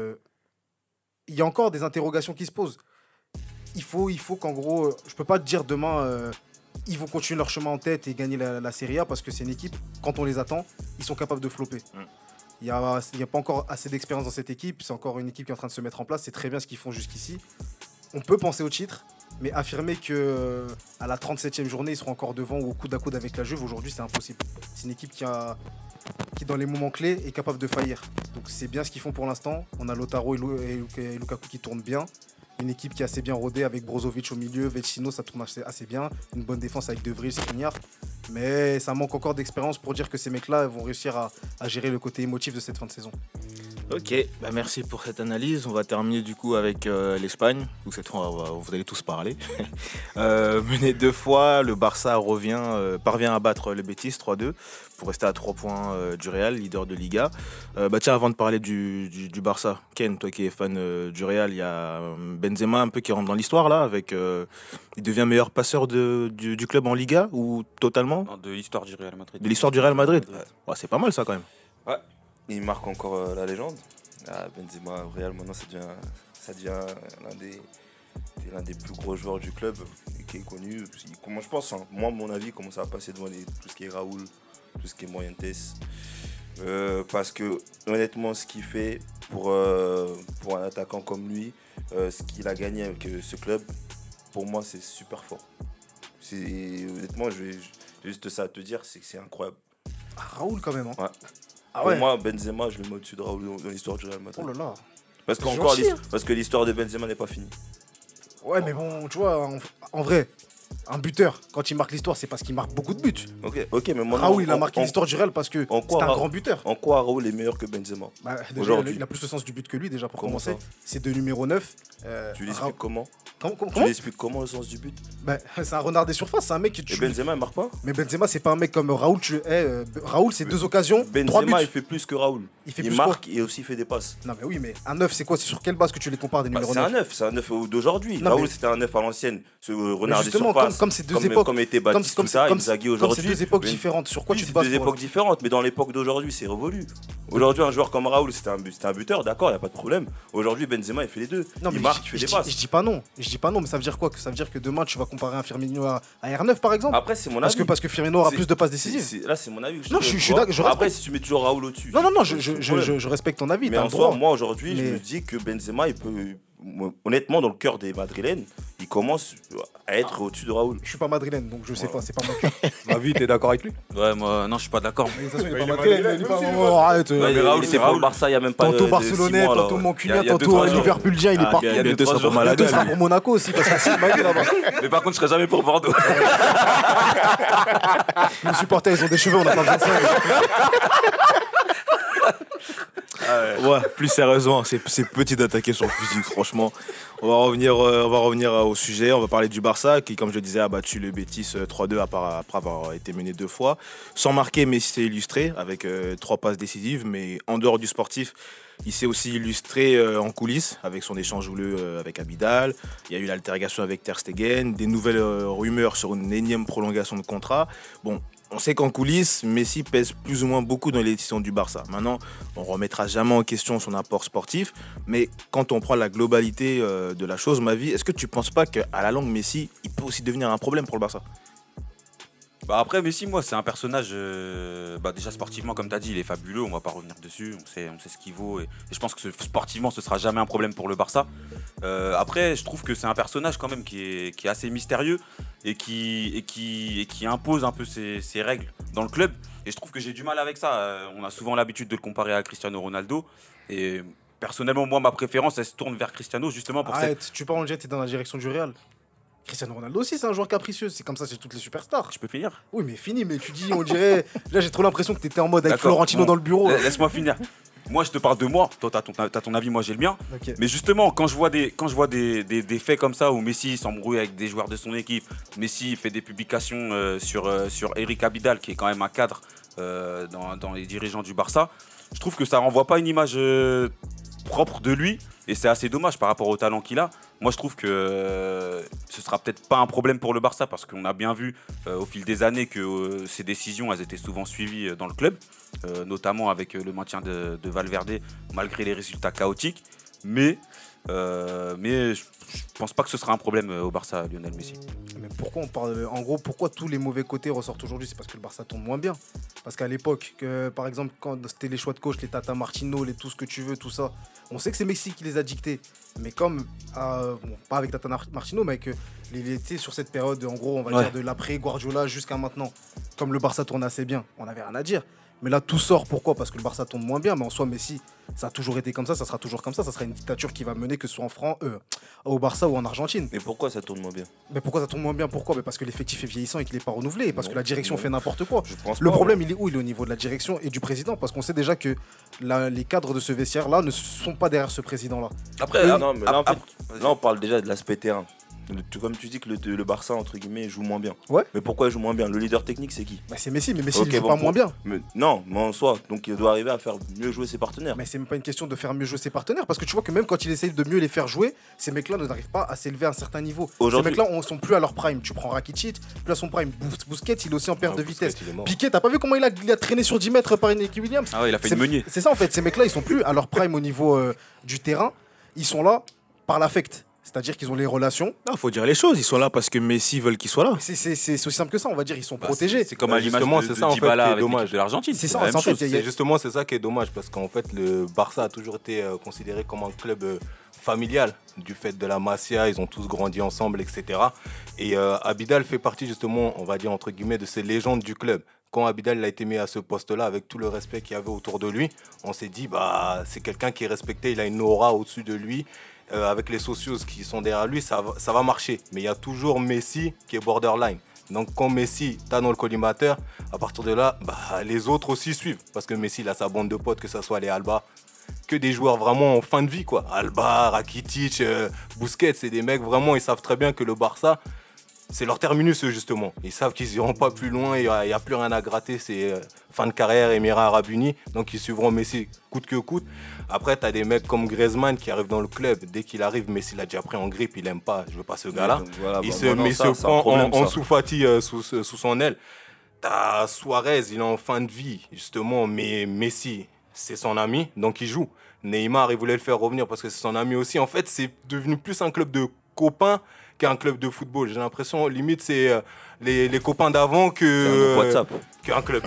F: il y a encore des interrogations qui se posent. Il faut qu'en gros... je peux pas te dire demain... ils vont continuer leur chemin en tête et gagner la Serie A parce que c'est une équipe, quand on les attend, ils sont capables de flopper. Il n'y a pas encore assez d'expérience dans cette équipe. C'est encore une équipe qui est en train de se mettre en place. C'est très bien ce qu'ils font jusqu'ici. On peut penser au titre, mais affirmer qu'à la 37e journée, ils seront encore devant ou au coude à coude avec la Juve, aujourd'hui, c'est impossible. C'est une équipe qui, dans les moments clés, est capable de faillir. Donc c'est bien ce qu'ils font pour l'instant. On a Lautaro et Lukaku qui tournent bien. Une équipe qui est assez bien rodée avec Brozovic au milieu, Vecino, ça tourne assez bien. Une bonne défense avec De Vries, Skriniar. Mais ça manque encore d'expérience pour dire que ces mecs-là vont réussir à gérer le côté émotif de cette fin de saison.
B: Ok, merci pour cette analyse. On va terminer du coup avec l'Espagne, où cette fois vous allez tous parler. Mené 2 fois, le Barça parvient à battre le Betis 3-2 pour rester à 3 points du Real, leader de Liga. Tiens, avant de parler du Barça, Ken, toi qui es fan du Real, il y a Benzema un peu qui rentre dans l'histoire là, il devient meilleur passeur du club en Liga ou totalement?
D: Non, de l'histoire du Real Madrid.
B: De l'histoire du Real Madrid.
C: Ouais.
B: Ouais, c'est pas mal ça quand même.
C: Ouais. Il marque encore la légende. Benzema au Real, maintenant, ça devient l'un des plus gros joueurs du club et qui est connu. Comment je pense, moi, à mon avis, il commence à passer devant tout ce qui est Raoul, tout ce qui est Morientes. Parce que, honnêtement, ce qu'il fait pour un attaquant comme lui, ce qu'il a gagné avec ce club, pour moi, c'est super fort. Honnêtement, j'ai juste ça à te dire, c'est que c'est incroyable.
F: Raoul, quand même. Hein.
C: Ouais.
F: Ah
C: Pour
F: ouais.
C: moi, Benzema, je le mets au-dessus de Raoul dans l'histoire du Real Madrid.
F: Oh là là.
C: Parce que l'histoire de Benzema n'est pas finie.
F: Ouais, mais bon, tu vois, en vrai, un buteur, quand il marque l'histoire, c'est parce qu'il marque beaucoup de buts.
C: Ok, mais moi,
F: Raoul, il a marqué l'histoire du Real parce que c'est un grand buteur.
C: En quoi Raoul est meilleur que Benzema
F: Déjà,
C: aujourd'hui?
F: il a plus le sens du but que lui, déjà, pour
C: Comment
F: commencer.
C: ça?
F: C'est de numéro 9.
C: Tu l'expliques comment?
F: Comment
C: Tu l'expliques comment le sens du but?
F: C'est un renard des surfaces, c'est un mec qui
C: Et Benzema, il marque pas?
F: Mais Benzema, c'est pas un mec comme Raoul. Raoul, c'est 2 occasions, 3 buts.
C: Benzema, il fait plus que Raoul.
F: Il
C: marque et aussi il fait des passes.
F: Non, mais oui, mais un 9, c'est quoi? C'est sur quelle base que tu les compares des numéros 9?
C: C'est un 9 d'aujourd'hui.
F: Non,
C: Raoul,
F: mais-
C: c'était un 9 à l'ancienne. Ce renard des
F: justement,
C: surfaces.
F: comme ces deux époques.
C: Comme était Baptiste, tout ça, Inzaghi
F: Comme
C: aujourd'hui.
F: c'est 2 époques
C: Mais-
F: différentes. Sur quoi
C: Oui,
F: tu te
C: c'est
F: bases
C: deux
F: pour-
C: époques différentes, mais dans l'époque d'aujourd'hui, c'est révolu. Aujourd'hui, un joueur comme Raoul, c'était un buteur, d'accord, il n'y a pas de problème. Aujourd'hui, Benzema, il fait les deux.
F: Non, mais
C: Il marque, il fait des passes.
F: Je dis pas non, mais ça veut dire quoi? Ça veut dire que demain tu vas comparer un Firmino à R9 par exemple?
C: Après, c'est mon avis.
F: Parce que Firmino aura
C: C'est-
F: plus de passes décisives.
C: Là, c'est mon avis.
F: Non, je suis d'accord, je
C: Après,
F: respecte.
C: si tu mets toujours Raoul au-dessus.
F: Non,
C: c'est pas le problème.
F: je respecte ton avis,
C: Mais
F: t'as
C: en
F: le
C: soi,
F: droit.
C: moi aujourd'hui, je
F: Mais-
C: me dis que Benzema, il peut. Honnêtement, dans le cœur des Madrilènes, il commence à être au-dessus de Raoul.
F: Je suis pas madrilène, donc je sais pas, c'est pas mon cœur.
E: Ma vie, t'es d'accord avec lui?
D: Ouais, moi, non, je suis pas d'accord.
F: De toute façon, il est
E: il
F: pas
E: est
F: madrilène,
E: madrilène
F: il est pas.
E: aussi,
F: Oh, arrête.
C: Ouais, mais Raoul, c'est pour le Barça, il n'y a même pas
F: Tantôt
C: de
F: Barcelonais,
C: 6 mois, là.
F: tantôt Mancunien,
D: Il y a
F: tantôt
D: 2-3 jours.
F: Liverpoolien, il est partout.
B: Bientôt ça pour
F: Bientôt
B: Malaga.
F: ça
B: lui.
F: pour Monaco aussi, parce que c'est Mali là-bas.
D: Mais par contre, je serais jamais pour Bordeaux.
F: Nos supporters, ils ont des cheveux, on a pas besoin de ça.
B: Ouais, plus sérieusement, c'est petit d'attaquer sur le physique, franchement. On va revenir au sujet. On va parler du Barça qui, comme je disais, a battu le Betis 3-2 après avoir été mené 2 fois. Sans marquer, Messi s'est illustré avec 3 passes décisives. Mais en dehors du sportif, il s'est aussi illustré en coulisses avec son échange houleux avec Abidal. Il y a eu l'altergation avec Ter Stegen, des nouvelles rumeurs sur une énième prolongation de contrat. Bon, on sait qu'en coulisses, Messi pèse plus ou moins beaucoup dans les décisions du Barça. Maintenant, on ne remettra jamais en question son apport sportif, mais quand on prend la globalité de la chose, Mavi, est-ce que tu ne penses pas qu'à la longue, Messi, il peut aussi devenir un problème pour le Barça?
D: Bah après Messi, moi c'est un personnage déjà sportivement comme tu as dit, il est fabuleux, on va pas revenir dessus, on sait ce qu'il vaut et je pense que sportivement ce sera jamais un problème pour le Barça. Après je trouve que c'est un personnage quand même qui est assez mystérieux et qui impose un peu ses règles dans le club et je trouve que j'ai du mal avec ça. On a souvent l'habitude de le comparer à Cristiano Ronaldo et personnellement moi ma préférence elle se tourne vers Cristiano justement pour
F: Arrête, tu parles en jet, t'es dans la direction du Real. Cristiano Ronaldo aussi, c'est un joueur capricieux, c'est comme ça chez toutes les superstars.
D: Je peux finir?
F: Oui, mais fini, mais tu dis, on dirait. Là, j'ai trop l'impression que t'étais en mode avec
D: D'accord,
F: Florentino
D: bon,
F: dans le bureau.
D: Laisse-moi finir. Moi, je te parle de moi. Toi, t'as ton avis, moi, j'ai le mien.
F: Ok.
D: Mais justement, quand je vois des faits comme ça où Messi s'embrouille avec des joueurs de son équipe, Messi fait des publications sur Eric Abidal, qui est quand même un cadre dans les dirigeants du Barça, je trouve que ça renvoie pas une image propre de lui. Et c'est assez dommage par rapport au talent qu'il a. Moi, je trouve que ce sera peut-être pas un problème pour le Barça parce qu'on a bien vu au fil des années que ces décisions, elles étaient souvent suivies dans le club, notamment avec le maintien de Valverde, malgré les résultats chaotiques. Mais je pense pas que ce sera un problème au Barça, Lionel Messi.
F: Mais pourquoi on parle. En gros, pourquoi tous les mauvais côtés ressortent aujourd'hui? C'est parce que le Barça tourne moins bien. Parce qu'à l'époque, par exemple, quand c'était les choix de coach, les Tata Martino, tout ce que tu veux, tout ça, on sait que c'est Messi qui les a dictés. Mais comme. Bon, pas avec Tata Martino, mais avec sur cette période, en gros, on va dire de l'après Guardiola jusqu'à maintenant, comme le Barça tourne assez bien, on n'avait rien à dire. Mais là, tout sort. Pourquoi? Parce que le Barça tourne moins bien. Mais en soi, Messi, ça a toujours été comme ça sera toujours comme ça. Ça sera une dictature qui va mener, que ce soit au Barça ou en Argentine.
C: Mais pourquoi ça tourne moins bien?
F: Mais pourquoi ça tourne moins bien? Pourquoi? Mais parce que l'effectif est vieillissant et qu'il n'est pas renouvelé. Et parce que la direction
C: non.
F: fait n'importe quoi.
C: Je pense
F: Le
C: pas,
F: problème, il est où? Il est au niveau de la direction et du président. Parce qu'on sait déjà que les cadres de ce vestiaire-là ne sont pas derrière ce président-là.
D: Après,
C: Non, mais là, en fait, là, on parle déjà de l'aspect terrain. Comme tu dis que le Barça, entre guillemets, joue moins bien.
F: Ouais.
C: Mais pourquoi il joue moins bien? Le leader technique, c'est qui?
F: Bah, c'est Messi, mais Messi
C: Ok,
F: il joue
C: bon,
F: pas moins bien.
C: Non, mais en soi, donc il doit arriver à faire mieux jouer ses partenaires.
F: Mais c'est même pas une question de faire mieux jouer ses partenaires, parce que tu vois que même quand il essaye de mieux les faire jouer, ces mecs-là n'arrivent pas à s'élever à un certain niveau. Ces
C: Aujourd'hui-
F: mecs-là ne sont plus à leur prime. Tu prends Rakitic, plus à son prime. Busquets, il est aussi en perte de
E: Busquets,
F: vitesse.
E: il est mort.
F: Piqué, t'as pas vu comment il a traîné sur 10 mètres par Nicky Williams?
D: Ah ouais, il a fait
F: C'est-
D: une meunier.
F: C'est ça en fait, ces mecs-là, ils sont plus à leur prime au niveau du terrain. Ils sont là par l'affect. C'est-à-dire qu'ils ont les relations.
B: Non, faut dire les choses. Ils sont là parce que Messi veulent qu'ils soient là.
F: C'est aussi simple que ça, on va dire. Ils sont
D: Bah,
F: protégés.
D: C'est comme à l'image
E: Justement,
D: de
E: c'est ça, en fait,
D: Dybala
E: qui est
D: avec
E: dommage.
D: l'équipe de l'Argentine.
F: C'est ça,
D: la même
F: en fait,
D: chose.
F: il y a-
E: C'est justement c'est ça qui est dommage parce qu'en fait le Barça a toujours été considéré comme un club familial du fait de la Masia, ils ont tous grandi ensemble, etc. Et Abidal fait partie justement, on va dire entre guillemets, de ces légendes du club. Quand Abidal a été mis à ce poste-là, avec tout le respect qu'il y avait autour de lui, on s'est dit bah c'est quelqu'un qui est respecté, il a une aura au-dessus de lui. Avec les socios qui sont derrière lui, ça va marcher. Mais il y a toujours Messi qui est borderline. Donc quand Messi t'as dans le collimateur, à partir de là, bah, les autres aussi suivent. Parce que Messi il a sa bande de potes, que ce soit les Alba, que des joueurs vraiment en fin de vie, quoi. Alba, Rakitic, Busquets, c'est des mecs vraiment, ils savent très bien que le Barça, c'est leur terminus eux, justement. Ils savent qu'ils iront pas plus loin, il n'y a plus rien à gratter, c'est fin de carrière, Émirats Arabes Unis, donc ils suivront Messi coûte que coûte. Après, tu as des mecs comme Griezmann qui arrivent dans le club, dès qu'il arrive, Messi l'a déjà pris en grippe, il aime pas, je veux pas ce gars-là.
C: Donc, voilà,
E: Il
C: bah,
E: se
C: maintenant,
E: met
C: ça,
E: se
C: c'est un
E: prend
C: problème,
E: en
C: ça.
E: Soufati sous son aile. T'as Suarez, il est en fin de vie, justement, mais Messi, c'est son ami, donc il joue. Neymar, il voulait le faire revenir parce que c'est son ami aussi. En fait, c'est devenu plus un club de copains qu'un club de football. J'ai l'impression, limite, c'est les copains d'avant
C: C'est un groupe WhatsApp.
E: qu'un club.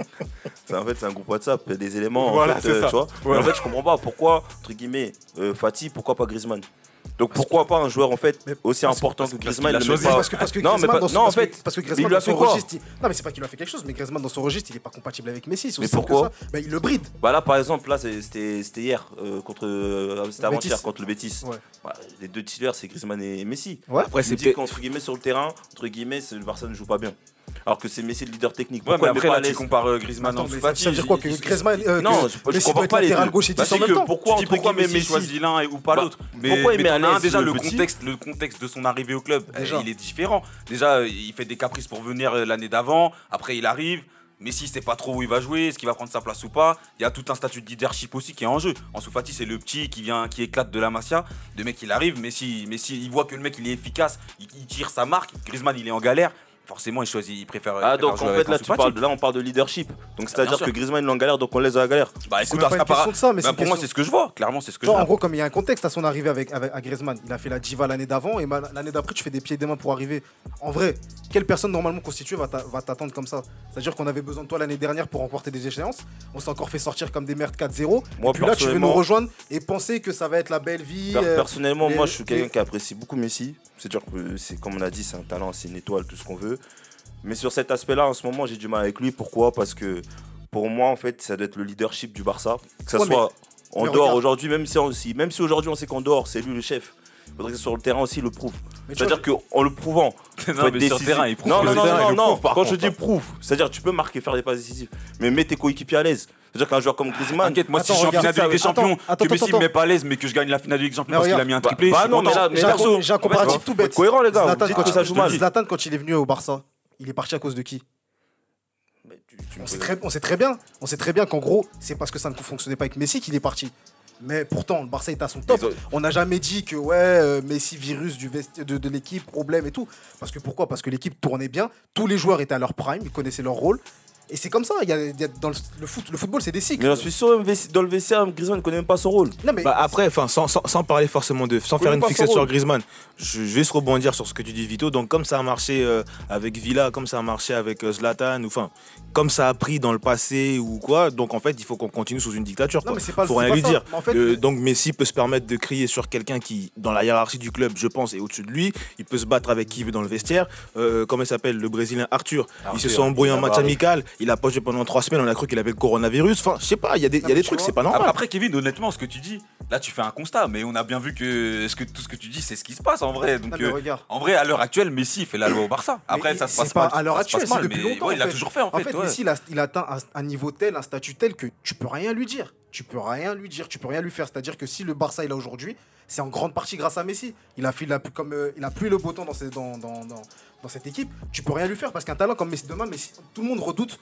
C: En fait, c'est un groupe WhatsApp, il y a des éléments.
E: Voilà,
C: en fait,
E: c'est ça.
C: tu vois.
E: Voilà.
C: Mais en fait, je comprends pas pourquoi, entre guillemets, Fati, pourquoi pas Griezmann? Donc pourquoi pas un joueur en fait
F: Mais
C: aussi important que Griezmann?
D: qu'il a
C: il le
D: choisi.
C: met pas-
F: Parce que
C: Non, mais
F: Griezmann,
C: pas-
F: dans son-
C: non, en
F: parce que-
C: fait,
F: parce que
C: il
F: Griezmann
C: lui a
F: dans son
C: fait quoi?
F: registre, non mais c'est pas qu'il lui a fait quelque chose, mais Griezmann dans son registre, il est pas compatible avec Messi. c'est
C: Mais
F: aussi simple
C: pourquoi
F: que ça. Mais il le bride.
C: Bah là, par exemple, là, c'était hier c'était
F: Le
C: avant-hier
F: Betis.
C: contre le Betis.
F: Ouais.
C: Bah, les deux titulaires, c'est Griezmann et Messi.
F: Ouais.
B: Après,
C: Tu me
B: c'est
C: dis qu'entre guillemets sur le terrain, entre guillemets, le Barça ne joue pas bien. Alors que c'est Messi le leader technique.
D: Ouais, mais
C: Pourquoi il met
D: après,
C: pas
D: là,
C: à
D: tu
C: l'aise
D: compares Griezmann
F: Attends,
D: en
F: mais
D: Fati.
F: ça veut dire quoi que Griezmann,
C: Non,
F: que
C: je
F: Messi
C: comprends
F: peut être
C: pas les
F: latéral
C: deux.
F: gauche et
C: Bah,
F: 10 en
C: c'est
F: même
C: que
F: temps.
C: pourquoi
D: Tu dis
C: entre
D: pourquoi
C: guillemets
D: Messi
C: Messi
D: choisit l'un ou pas
C: Bah,
D: l'autre.
C: pourquoi il met à
D: t'en as un,
C: l'aise
D: déjà
C: le
D: le
C: petit
D: contexte de son arrivée au club,
F: Déjà.
D: il est différent. Déjà, il fait des caprices pour venir l'année d'avant. Après, il arrive. Messi, sait pas trop où il va jouer, est-ce qu'il va prendre sa place ou pas. Il y a tout un statut de leadership aussi qui est en jeu. Ansu Fati, c'est le petit qui éclate de la Masia. Le mec, il arrive. Messi, il voit que le mec, il est efficace. Il tire sa marque. Griezmann, il est en galère. Forcément, il préfère.
C: Ah, donc
D: jouer
C: en
D: avec
C: fait, là,
D: Ansu Fati.
C: on parle de leadership. Donc c'est-à-dire
D: sûr.
C: que Griezmann il est en galère, donc on laisse à la galère.
D: Bah
F: C'est
D: écoute,
F: même pas
D: à
F: une question de ça, mais
D: bah,
F: c'est
D: pour
F: une
D: moi,
F: question-
D: c'est ce que je vois. Clairement, c'est ce que je
F: Genre,
D: vois.
F: en gros, comme il y a un contexte à son arrivée à Griezmann, il a fait la diva l'année d'avant et l'année d'après, tu fais des pieds et des mains pour arriver. En vrai, quelle personne normalement constituée va t'attendre comme ça? C'est-à-dire qu'on avait besoin de toi l'année dernière pour remporter des échéances. On s'est encore fait sortir comme des merdes 4-0.
C: Moi,
F: Et puis là, tu veux nous
C: personnellement-
F: rejoindre et penser que ça va être la belle vie.
C: Personnellement,
F: les-
C: moi je suis quelqu'un
F: les-
C: qui apprécie beaucoup Messi. C'est-à-dire que c'est comme on a dit, c'est un talent, c'est une étoile, tout ce qu'on veut. Mais sur cet aspect-là, en ce moment, j'ai du mal avec lui. Pourquoi? Parce que pour moi, en fait, ça doit être le leadership du Barça. Que ça
F: Ouais,
C: soit en
F: mais
C: dehors
F: regarde.
C: aujourd'hui, même si aujourd'hui on sait qu'en dehors, c'est lui le chef. Il faudrait que sur le terrain aussi, il le prouve.
F: Mais tu
C: C'est-à-dire qu'en le prouvant, faut
D: Non,
C: être
D: mais sur le
C: décisif.
D: terrain, il prouve.
C: Non,
D: Sur
C: non,
D: le
C: non,
D: terrain,
C: non,
D: il le
C: non.
D: prouve, par
C: Quand je
D: contre,
C: dis prouve, c'est-à-dire tu peux marquer, faire des passes décisives, mais mets tes coéquipiers à l'aise. C'est-à-dire qu'un joueur comme Griezmann.
D: T'inquiète, moi, si
F: Attends,
D: je suis en finale
F: regarde,
D: de Ligue des
F: attends,
D: Champions,
F: attends,
D: que Messi
F: attends.
D: me met pas à l'aise, mais que je gagne la finale de Ligue des Champions
F: Mais
D: parce qu'il a
F: regarde,
D: mis un triplé.
C: bah
D: je suis
C: non, mais
D: content.
C: là, mais perso,
F: J'ai un comparatif tout
C: faut être
F: bête.
C: cohérent, les gars.
F: Zlatan,
C: Dites
F: quand
C: que ça joue mal.
F: Zlatan, quand il est venu au Barça, il est parti à cause de qui? On sait très bien qu'en gros, c'est parce que ça ne fonctionnait pas avec Messi qu'il est parti. Mais pourtant, le Barça est à son top. On n'a jamais dit que Messi virus de l'équipe, problème et tout. Parce que pourquoi? Parce que l'équipe tournait bien, tous les joueurs étaient à leur prime, ils connaissaient leur rôle. Et c'est comme ça, dans le football, c'est des cycles.
C: Mais j'en suis sûr, dans le vestiaire, Griezmann ne connaît même pas son rôle.
F: Non, mais
B: Bah après, sans parler forcément sans faire une
C: pas son
B: fixette sur
C: rôle.
B: Griezmann, je vais se rebondir sur ce que tu dis Vito. Donc comme ça a marché avec Villa, comme ça a marché avec Zlatan, ou enfin comme ça a pris dans le passé ou quoi. Donc en fait, il faut qu'on continue sous une dictature.
F: Non,
B: Quoi.
F: mais c'est pas-
B: Faut
F: c'est
B: rien
F: pas
B: lui
F: ça.
B: dire.
F: En fait-
B: Donc Messi peut se permettre de crier sur quelqu'un qui, dans la hiérarchie du club, je pense, est au-dessus de lui. Il peut se battre avec qui il veut dans le vestiaire. Comment il s'appelle, le Brésilien Arthur. Il se sont embrouillés en match amical. il a pas joué pendant 3 semaines, on a cru qu'il avait le coronavirus. Enfin, je sais pas, il y a des trucs, c'est pas normal.
D: Après, Kevin, honnêtement, ce que tu dis, là, tu fais un constat, mais on a bien vu que tout ce que tu dis, c'est ce qui se passe en vrai. Donc, en vrai, à l'heure actuelle, Messi fait la loi au Barça. Après, ça se passe
F: pas
D: mal.
F: à l'heure actuelle, c'est depuis longtemps.
D: Il l'a toujours fait, en fait.
F: Messi, il a atteint un niveau tel, un statut tel que tu peux rien lui dire. Tu peux rien lui faire. C'est-à-dire que si le Barça il a aujourd'hui, c'est en grande partie grâce à Messi. Il a plus le beau temps dans cette équipe. Tu peux rien lui faire parce qu'un talent comme Messi, demain, tout le monde redoute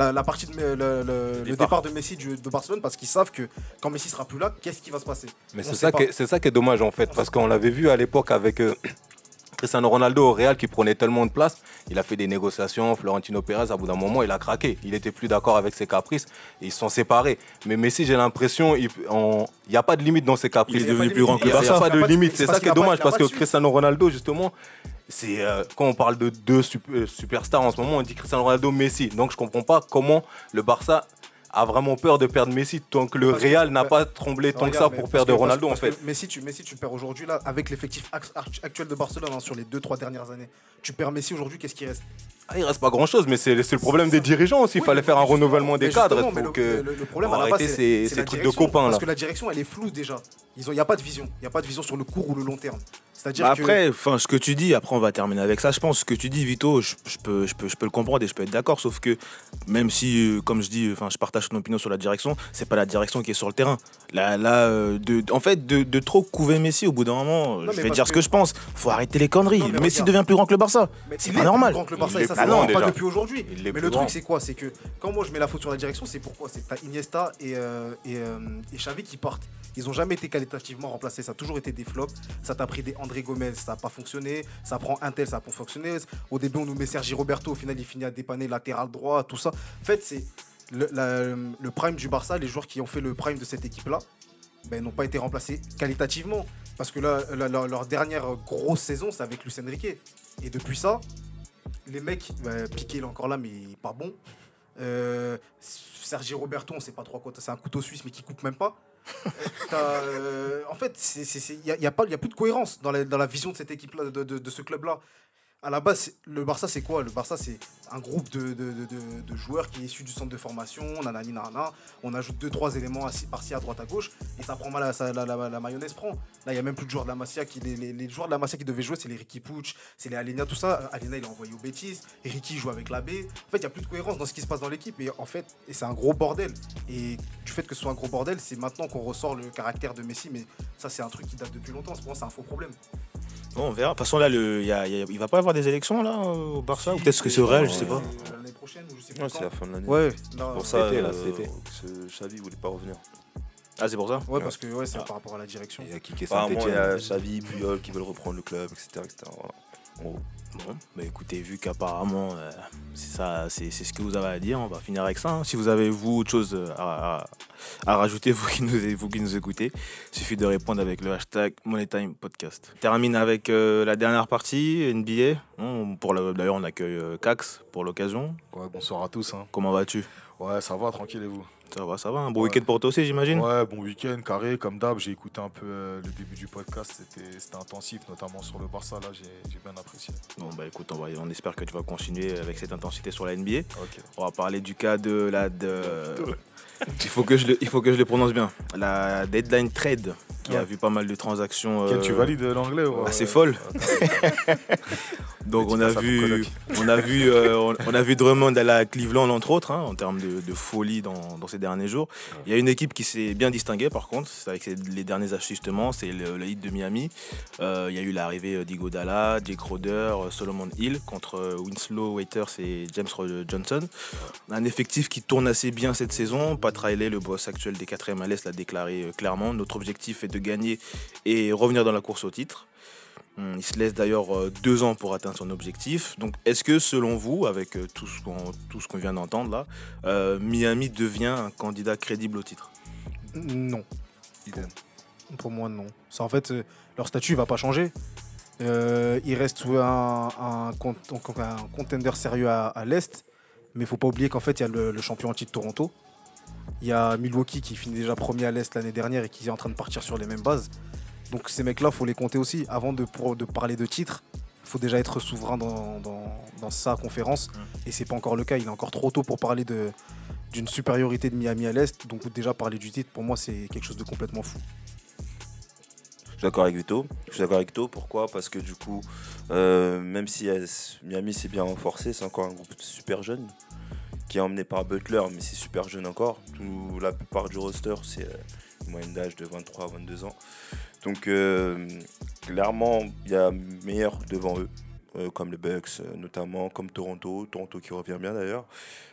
F: le départ de Messi de Barcelone parce qu'ils savent que quand Messi sera plus là, qu'est-ce qui va se passer.
E: Mais c'est ça qui est dommage en fait, parce qu'on l'avait vu à l'époque avec Cristiano Ronaldo au Real qui prenait tellement de place. Il a fait des négociations, Florentino Pérez, à bout d'un moment, il a craqué. Il était plus d'accord avec ses caprices et ils se sont séparés. Mais Messi, j'ai l'impression, il n'y a pas de limite dans ses caprices.
B: Il est devenu plus grand que le Barça.
E: Il n'y a pas de limite. C'est ça qui est dommage parce que Cristiano Ronaldo, justement, c'est quand on parle de deux superstars en ce moment, on dit Cristiano Ronaldo, Messi. Donc je comprends pas comment le Barça a vraiment peur de perdre Messi tant que le Real n'a pas tremblé tant que ça pour perdre Ronaldo en fait.
F: Messi, tu perds aujourd'hui là avec l'effectif actuel de Barcelone sur les 2-3 dernières années. Tu perds Messi aujourd'hui, qu'est-ce qui reste ?
E: Il reste pas grand chose, mais c'est le problème des dirigeants aussi. Il fallait faire un renouvellement des cadres.
F: Le problème,
E: arrêter ces trucs de copains là.
F: Parce que la direction, elle est floue déjà. Il n'y a pas de vision. Il n'y a pas de vision sur le court ou le long terme. C'est-à-dire
B: après, ce que tu dis, après on va terminer avec ça. Je pense ce que tu dis, Vito, je peux le comprendre et je peux être d'accord. Sauf que même si, comme je dis, je partage ton opinion sur la direction, c'est pas la direction qui est sur le terrain. De trop couver Messi au bout d'un moment, je vais dire ce que je pense. Faut arrêter les conneries. Messi devient plus grand que le Barça. C'est pas normal.
F: Plus grand que le Barça, et ça, c'est pas depuis aujourd'hui. Mais le truc, c'est quoi ? C'est que quand moi je mets la faute sur la direction, c'est pourquoi ? C'est que t'as Iniesta et Xavi qui partent. Ils n'ont jamais été qualitativement remplacés. Ça a toujours été des flops. Ça t'a pris des André Gomez, ça n'a pas fonctionné. Ça prend Intel, ça n'a pas fonctionné. Au début, on nous met Sergi Roberto. Au final, il finit à dépanner latéral droit, tout ça. En fait, c'est le prime du Barça. Les joueurs qui ont fait le prime de cette équipe-là n'ont pas été remplacés qualitativement. Parce que là, leur dernière grosse saison, c'est avec Luis Enrique. Et depuis ça, les mecs, Piqué, il est encore là, mais il n'est pas bon. Sergi Roberto, on ne sait pas trop quoi. C'est un couteau suisse, mais qui coupe même pas. En fait, il n'y a plus de cohérence dans la vision de cette équipe-là, de ce club-là. À la base, le Barça, c'est quoi ? Le Barça, c'est un groupe de joueurs qui est issu du centre de formation, nanani, nanana. On ajoute 2-3 éléments par-ci, à droite, à gauche, et ça prend mal, la mayonnaise prend. Là, il n'y a même plus de joueurs de la Masia. Les joueurs de la Masia qui devaient jouer, c'est les Ricky Puig, c'est les Alenia, tout ça. Alenia, il est envoyé au Betis. Ricky joue avec la B. En fait, il n'y a plus de cohérence dans ce qui se passe dans l'équipe. Et en fait, c'est un gros bordel. Et du fait que ce soit un gros bordel, c'est maintenant qu'on ressort le caractère de Messi. Mais ça, c'est un truc qui date depuis longtemps. Pour moi, c'est un faux problème.
B: Bon, on verra. De toute façon, là, il va pas y avoir des élections là au Barça, ou peut-être que c'est vrai, je sais pas.
F: L'année prochaine, ou je sais pas.
C: C'est la fin de l'année.
F: Ouais,
C: c'est pour ça que Xavi voulait pas revenir.
B: Ah, c'est pour ça ?
F: Ouais, parce que c'est par rapport à la direction.
E: Il y a Kike
C: Saint-Étienne. Il y a Xavi, Puyol qui veulent reprendre le club, etc. Voilà.
B: Bon, écoutez, vu qu'apparemment c'est ce que vous avez à dire, on va finir avec ça. Hein. Si vous avez autre chose à rajouter, vous qui nous écoutez, il suffit de répondre avec le hashtag MoneyTimePodcast. On termine avec la dernière partie, NBA. D'ailleurs, on accueille Cax pour l'occasion.
G: Ouais, bonsoir à tous. Hein.
B: Comment vas-tu ?
G: Ouais, ça va, tranquille et vous ?
B: Ça va. Un bon week-end pour toi aussi, j'imagine ?
G: Ouais, bon week-end, carré, comme d'hab. J'ai écouté un peu le début du podcast. C'était intensif, notamment sur le Barça. Là, j'ai bien apprécié.
B: Bon, écoute, on espère que tu vas continuer avec cette intensité sur la NBA.
G: Okay.
B: On va parler du cas il faut que je le prononce bien. La deadline trade qui a vu pas mal de transactions.
G: Tu valides l'anglais ou...
B: assez folle. Donc on a vu Drummond aller à Cleveland entre autres, hein, en termes de folie dans ces derniers jours. Il y a une équipe qui s'est bien distinguée par contre, c'est avec les derniers ajustements, c'est le Heat de Miami. Il y a eu l'arrivée d'Iguodala, Jake Crowder, Solomon Hill contre Winslow, Waiters et James Johnson. Un effectif qui tourne assez bien cette saison. Pat Riley, le boss actuel des 4e à l'Est, l'a déclaré clairement. Notre objectif est de gagner et revenir dans la course au titre. Il se laisse d'ailleurs 2 ans pour atteindre son objectif. Donc, est-ce que, selon vous, avec tout ce qu'on vient d'entendre là, Miami devient un candidat crédible au titre ?
F: Non. Pour moi, non. Ça, en fait, leur statut ne va pas changer. Il reste un contender sérieux à l'Est. Mais il ne faut pas oublier qu'en fait, il y a le champion en titre Toronto. Il y a Milwaukee qui finit déjà premier à l'Est l'année dernière et qui est en train de partir sur les mêmes bases. Donc ces mecs-là, il faut les compter aussi. Avant de parler de titre, il faut déjà être souverain dans sa conférence. Et c'est pas encore le cas. Il est encore trop tôt pour parler d'une supériorité de Miami à l'Est. Donc déjà parler du titre, pour moi, c'est quelque chose de complètement fou.
C: Je suis d'accord avec Vito. Pourquoi ? Parce que du coup, même si Miami s'est bien renforcé, c'est encore un groupe super jeune qui est emmené par Butler, mais c'est super jeune encore. La plupart du roster, c'est une moyenne d'âge de 23-22 ans. Donc clairement, il y a meilleur devant eux, comme les Bucks notamment, comme Toronto qui revient bien d'ailleurs.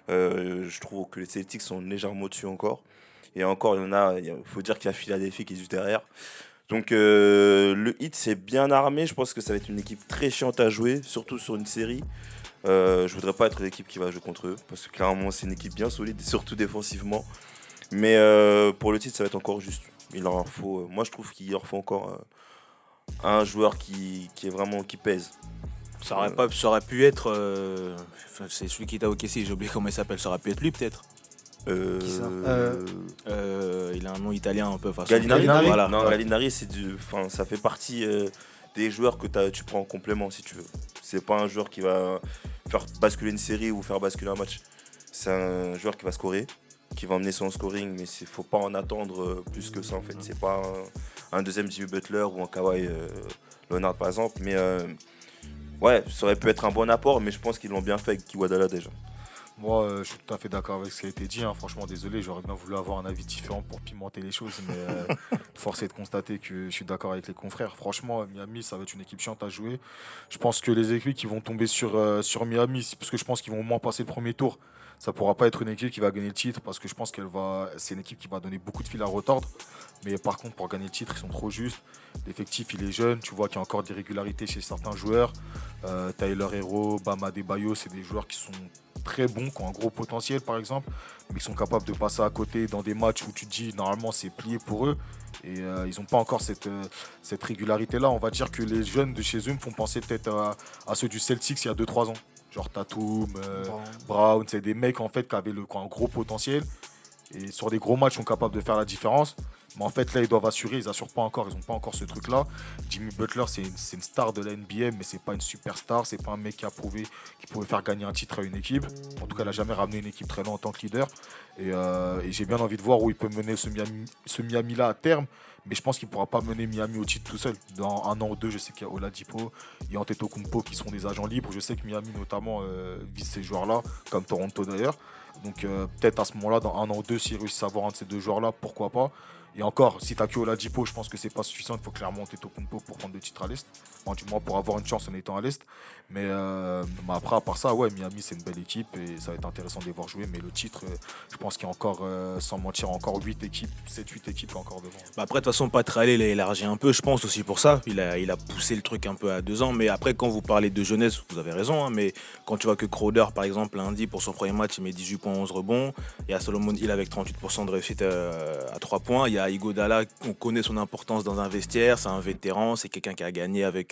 C: Je trouve que les Celtics sont légèrement au-dessus encore. Et encore, il faut dire qu'il y a Philadelphie qui est juste derrière. Donc le Heat c'est bien armé, je pense que ça va être une équipe très chiante à jouer, surtout sur une série. Je voudrais pas être l'équipe qui va jouer contre eux, parce que clairement c'est une équipe bien solide, surtout défensivement. Mais pour le titre ça va être encore juste. Moi je trouve qu'il leur faut encore un joueur qui est vraiment qui pèse.
B: Ça aurait pu être, c'est celui qui était au OKC, j'ai oublié comment il s'appelle, ça aurait pu être lui peut-être.
F: Qui ça
B: Il a un nom italien un peu.
C: Gallinari.
B: Voilà.
C: Non, Gallinari, ça fait partie des joueurs que tu prends en complément si tu veux. C'est pas un joueur qui va faire basculer une série ou faire basculer un match. C'est un joueur qui va scorer, qui va emmener son scoring, mais il faut pas en attendre plus que ça en fait. C'est pas un deuxième Jimmy Butler ou un Kawhi Leonard par exemple. Mais ouais, ça aurait pu être un bon apport, mais je pense qu'ils l'ont bien fait avec Iguodala déjà.
G: Moi, je suis tout à fait d'accord avec ce qui a été dit. Franchement, désolé, j'aurais bien voulu avoir un avis différent pour pimenter les choses. Mais force est de constater que je suis d'accord avec les confrères. Franchement, Miami, ça va être une équipe chiante à jouer. Je pense que les équipes qui vont tomber sur Miami, c'est parce que je pense qu'ils vont au moins passer le premier tour. Ça ne pourra pas être une équipe qui va gagner le titre parce que je pense c'est une équipe qui va donner beaucoup de fil à retordre. Mais par contre, pour gagner le titre, ils sont trop justes. L'effectif, il est jeune. Tu vois qu'il y a encore des régularités chez certains joueurs. Tyler Hero, Bam Adebayo, c'est des joueurs qui sont très bons, qui ont un gros potentiel par exemple, mais qui sont capables de passer à côté dans des matchs où tu te dis normalement c'est plié pour eux. Et ils n'ont pas encore cette régularité-là. On va dire que les jeunes de chez eux me font penser peut-être à ceux du Celtics il y a 2-3 ans. Genre Tatum, Brown, c'est des mecs en fait qui avaient un gros potentiel et sur des gros matchs sont capables de faire la différence. Mais en fait là ils doivent assurer, ils assurent pas encore, ils n'ont pas encore ce truc là. Jimmy Butler c'est une star de la NBA mais c'est pas une superstar, c'est pas un mec qui a prouvé qu'il pouvait faire gagner un titre à une équipe. En tout cas il n'a jamais ramené une équipe très loin en tant que leader. Et j'ai bien envie de voir où il peut mener ce Miami là à terme. Mais je pense qu'il ne pourra pas mener Miami au titre tout seul. Dans 1 an ou 2, je sais qu'il y a Oladipo, il y a Antetokounmpo qui sont des agents libres. Je sais que Miami notamment vise ces joueurs-là, comme Toronto d'ailleurs. Donc peut-être à ce moment-là, dans 1 an ou 2, s'ils réussissent à avoir un de ces deux joueurs-là, pourquoi pas. Et encore, si t'as que Oladipo, je pense que c'est pas suffisant. Il faut clairement Antetokounmpo pour prendre le titre à l'Est. Enfin, du moins pour avoir une chance en étant à l'Est. Mais après, à part ça, ouais, Miami, c'est une belle équipe et ça va être intéressant de les voir jouer. Mais le titre, je pense qu'il y a encore, sans mentir, encore 7-8 équipes encore devant.
B: Bah après, de toute façon, Pat Riley, il a élargi un peu, je pense aussi pour ça. Il a poussé le truc un peu à 2 ans. Mais après, quand vous parlez de jeunesse, vous avez raison. Hein, mais quand tu vois que Crowder, par exemple, lundi, pour son premier match, il met 18 points, 11 rebonds. Il y a Solomon Hill avec 38% de réussite à 3 points. Il y a Iguodala, on connaît son importance dans un vestiaire. C'est un vétéran, c'est quelqu'un qui a gagné avec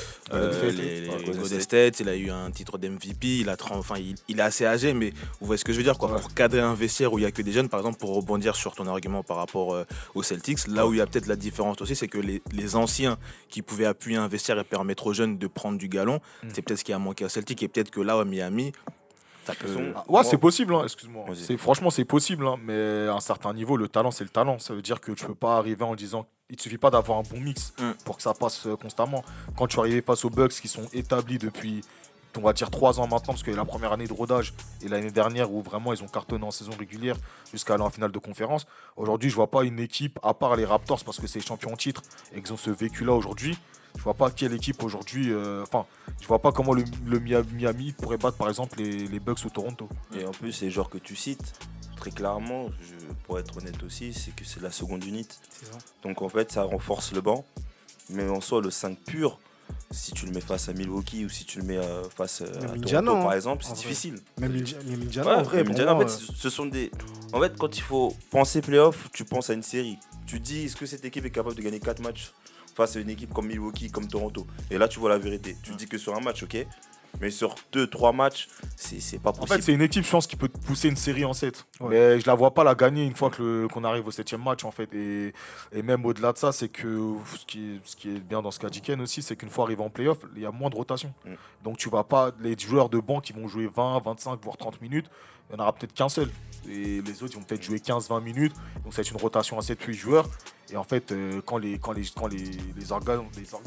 B: les Golden State. Il a eu un titre d'MVP. Il est assez âgé, mais vous voyez ce que je veux dire, quoi. Ouais. Pour cadrer un vestiaire où il n'y a que des jeunes, par exemple, pour rebondir sur ton argument par rapport aux Celtics, là où il y a peut-être la différence aussi, c'est que les anciens qui pouvaient appuyer un vestiaire et permettre aux jeunes de prendre du galon, c'est peut-être ce qui a manqué aux Celtics. Et peut-être que là, à Miami, ça peut...
G: Ouais, c'est possible, hein, excuse-moi. Franchement, c'est possible, hein, mais à un certain niveau, le talent, c'est le talent. Ça veut dire que tu peux pas arriver en disant... Il ne suffit pas d'avoir un bon mix pour que ça passe constamment. Quand tu es arrivé face aux Bucks qui sont établis depuis, on va dire, 3 ans maintenant, parce qu'il y a la première année de rodage et l'année dernière où vraiment ils ont cartonné en saison régulière jusqu'à aller en finale de conférence. Aujourd'hui, je ne vois pas une équipe, à part les Raptors, parce que c'est les champions en titre et qu'ils ont ce vécu-là aujourd'hui. Je vois pas quelle équipe aujourd'hui. Je vois pas comment le Miami pourrait battre par exemple les Bucks ou Toronto.
C: Et en plus, les joueurs que tu cites, très clairement, pour être honnête aussi, c'est que c'est la seconde unité. Donc en fait, ça renforce le banc. Mais en soi, le 5 pur, si tu le mets face à Milwaukee ou si tu le mets face à Toronto par exemple, c'est difficile.
F: Même Indiana, en vrai.
C: Indiana, en fait, ce sont des. En fait, quand il faut penser playoff, tu penses à une série. Tu te dis, est-ce que cette équipe est capable de gagner 4 matchs face à une équipe comme Milwaukee, comme Toronto? Et là, tu vois la vérité. Tu te dis que sur un match, ok, Mais sur 2-3 matchs, c'est pas possible.
G: En fait, c'est une équipe, je pense, qui peut pousser une série en 7. Ouais. Mais je la vois pas la gagner une fois qu'on arrive au 7e match, en fait. Et même au-delà de ça, c'est que ce qui est bien dans ce qu'a dit Ken aussi, c'est qu'une fois arrivé en play-off, il y a moins de rotation. Donc tu vas pas, les joueurs de banc qui vont jouer 20, 25, voire 30 minutes, il n'y en aura peut-être qu'un seul. Et les autres, ils vont peut-être jouer 15-20 minutes. Donc ça va être une rotation à 7-8 joueurs. Et en fait, quand les organes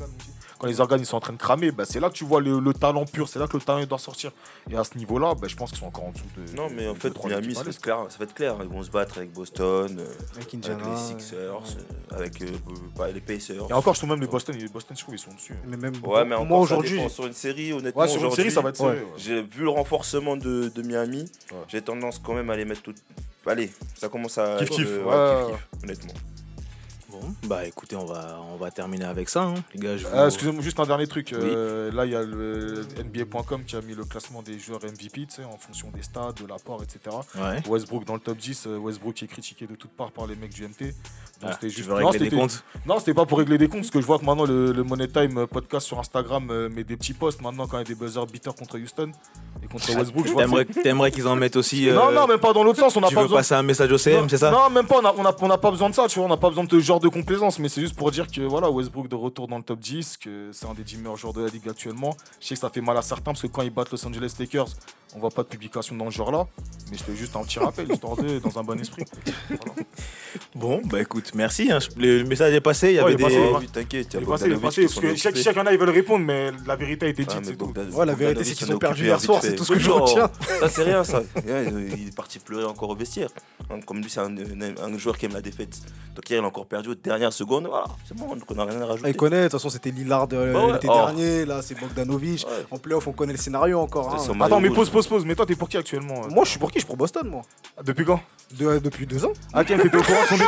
G: ils sont en train de cramer, bah, c'est là que tu vois le talent pur, c'est là que le talent doit sortir. Et à ce niveau-là, bah, je pense qu'ils sont encore en dessous de.
C: Non, mais en fait, Miami, ça va être clair. Ils vont se battre avec Boston, avec les Sixers, avec les Pacers.
G: Et encore, je trouve même les Boston, je trouve, ils sont dessus.
F: Mais même
C: ouais, mais moi aujourd'hui. Sur une série, honnêtement,
G: sur une série, ça va être sérieux.
C: J'ai vu le renforcement de Miami. Ouais. J'ai tendance quand même à les mettre tout. Allez, ça commence à.
G: Kiff-kiff,
C: honnêtement.
B: Bon, bah écoutez, on va terminer avec ça, hein, les gars.
G: Excusez-moi, juste un dernier truc.
B: Oui.
G: Là, il y a le NBA.com qui a mis le classement des joueurs MVP, en fonction des stats, de l'apport, etc.
B: Ouais.
G: Westbrook dans le top 10. Westbrook qui est critiqué de toutes parts par les mecs du MT. Donc
B: c'était juste. Tu veux régler des comptes ?
G: Non, c'était pas pour régler des comptes, parce que je vois que maintenant le Money Time podcast sur Instagram met des petits posts maintenant quand il y a des buzzer beaters contre Houston et contre Westbrook.
B: T'aimerais qu'ils en mettent aussi.
G: Non, même pas dans l'autre sens.
B: Tu veux passer un message au CM, c'est ça ?
G: Non, même pas. On n'a pas besoin de ça, tu vois. On n'a pas besoin de ce genre de complaisance, mais c'est juste pour dire que voilà, Westbrook de retour dans le top 10, que c'est un des 10 meilleurs joueurs de la ligue actuellement. Je sais que ça fait mal à certains parce que quand ils battent Los Angeles Lakers, on voit pas de publication dans ce genre-là, mais c'était juste un petit rappel, histoire de dans un bon esprit. Voilà.
B: Bon, bah écoute, merci. Hein. Le message est passé. Il y avait des.
C: T'inquiète,
G: il est passé parce que chacun ils veulent répondre, mais la vérité a été dite. C'est tout.
F: Ouais, la vérité, c'est qu'ils ont perdu hier soir, c'est tout ce que je retiens.
C: Ça, c'est rien, ça. Il est parti pleurer encore au vestiaire. Comme lui, c'est un joueur qui aime la défaite. Donc hier, il a encore perdu aux dernières secondes. Voilà, c'est bon, donc on n'a rien à rajouter.
F: Il connaît, de toute façon, c'était Lillard l'été dernier. Là, c'est Bogdanovic. Ouais. En playoff, on connaît le scénario encore. Hein.
G: Attends, mais pause. Mais toi, t'es pour qui actuellement
F: Moi, je suis pour qui ? Je suis pour Boston, moi.
G: Depuis quand
F: Depuis 2 ans.
G: Ah, tiens, t'étais au courant de son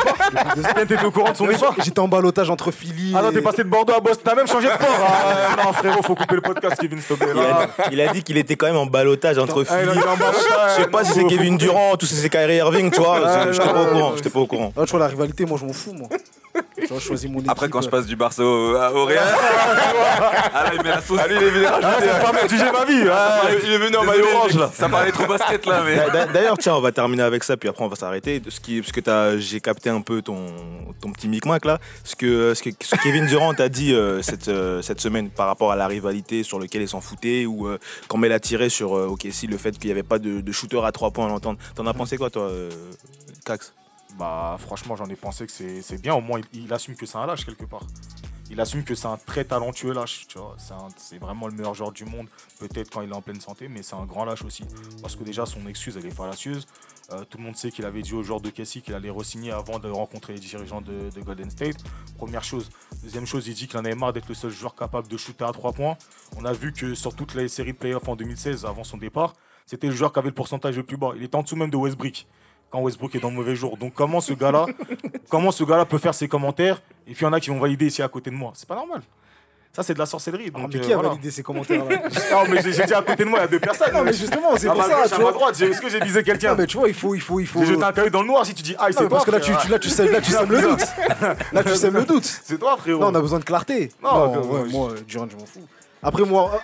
G: départ
F: J'étais en ballottage entre Philly.
G: Ah non, t'es passé de Bordeaux à Boston. T'as même changé de sport. Non, frérot, faut couper le podcast, Kevin, s'il te plaît.
B: Il a dit qu'il était quand même en ballottage entre Philly. Je sais pas si c'est Kevin Durant ou si c'est Kyrie Irving, tu vois. J'étais pas au courant.
F: Tu vois, la rivalité, moi, je m'en fous, moi. Je choisis mon équipe.
D: Après, quand je passe du Barça au Real, là, il met la sauce.
G: Allez, il est venu rajouter. C'est pas mal, tu gères ma vie.
D: Il est venu en maillot orange, là. Ça parlait trop basket, là. Mais...
B: D'ailleurs, tiens, on va terminer avec ça, puis après, on va s'arrêter. Parce que j'ai capté un peu ton petit micmac, là. Ce que Kevin Durant t'a dit cette semaine par rapport à la rivalité sur laquelle ils s'en foutaient, ou quand Mel a tiré sur OKC, le fait qu'il n'y avait pas de shooter à 3 points à l'entendre. T'en as pensé quoi, toi, Cax ?
G: Bah franchement, j'en ai pensé que c'est bien. Au moins il assume que c'est un lâche quelque part. Il assume que c'est un très talentueux lâche, tu vois. C'est vraiment le meilleur joueur du monde, peut-être quand il est en pleine santé, mais c'est un grand lâche aussi. Parce que déjà son excuse elle est fallacieuse. Tout le monde sait qu'il avait dit aux joueurs de Casey qu'il allait re-signer avant de rencontrer les dirigeants de Golden State. Première chose. Deuxième chose, il dit qu'il en avait marre d'être le seul joueur capable de shooter à 3 points. On a vu que sur toutes les séries de playoffs en 2016, avant son départ, c'était le joueur qui avait le pourcentage le plus bas. Il était en dessous même de Westbrook. Quand Westbrook est dans le mauvais jour. Donc comment ce gars-là peut faire ses commentaires et puis il y en a qui vont valider ici à côté de moi. C'est pas normal. Ça c'est de la sorcellerie. Donc,
F: mais qui a validé ces commentaires là?
G: Non mais j'ai dit à côté de moi il y a 2 personnes.
F: Non mais justement c'est pour ça.
G: À ma droite, est-ce que j'ai visé quelqu'un?
F: Non mais tu vois il faut.
G: J'ai jeté un caillou dans le noir si tu dis ah c'est toi.
F: Parce que là tu sèmes le doute. Là tu sèmes le doute.
G: C'est toi frérot.
F: Non on a besoin de clarté. Non moi Durant je m'en fous. Après moi,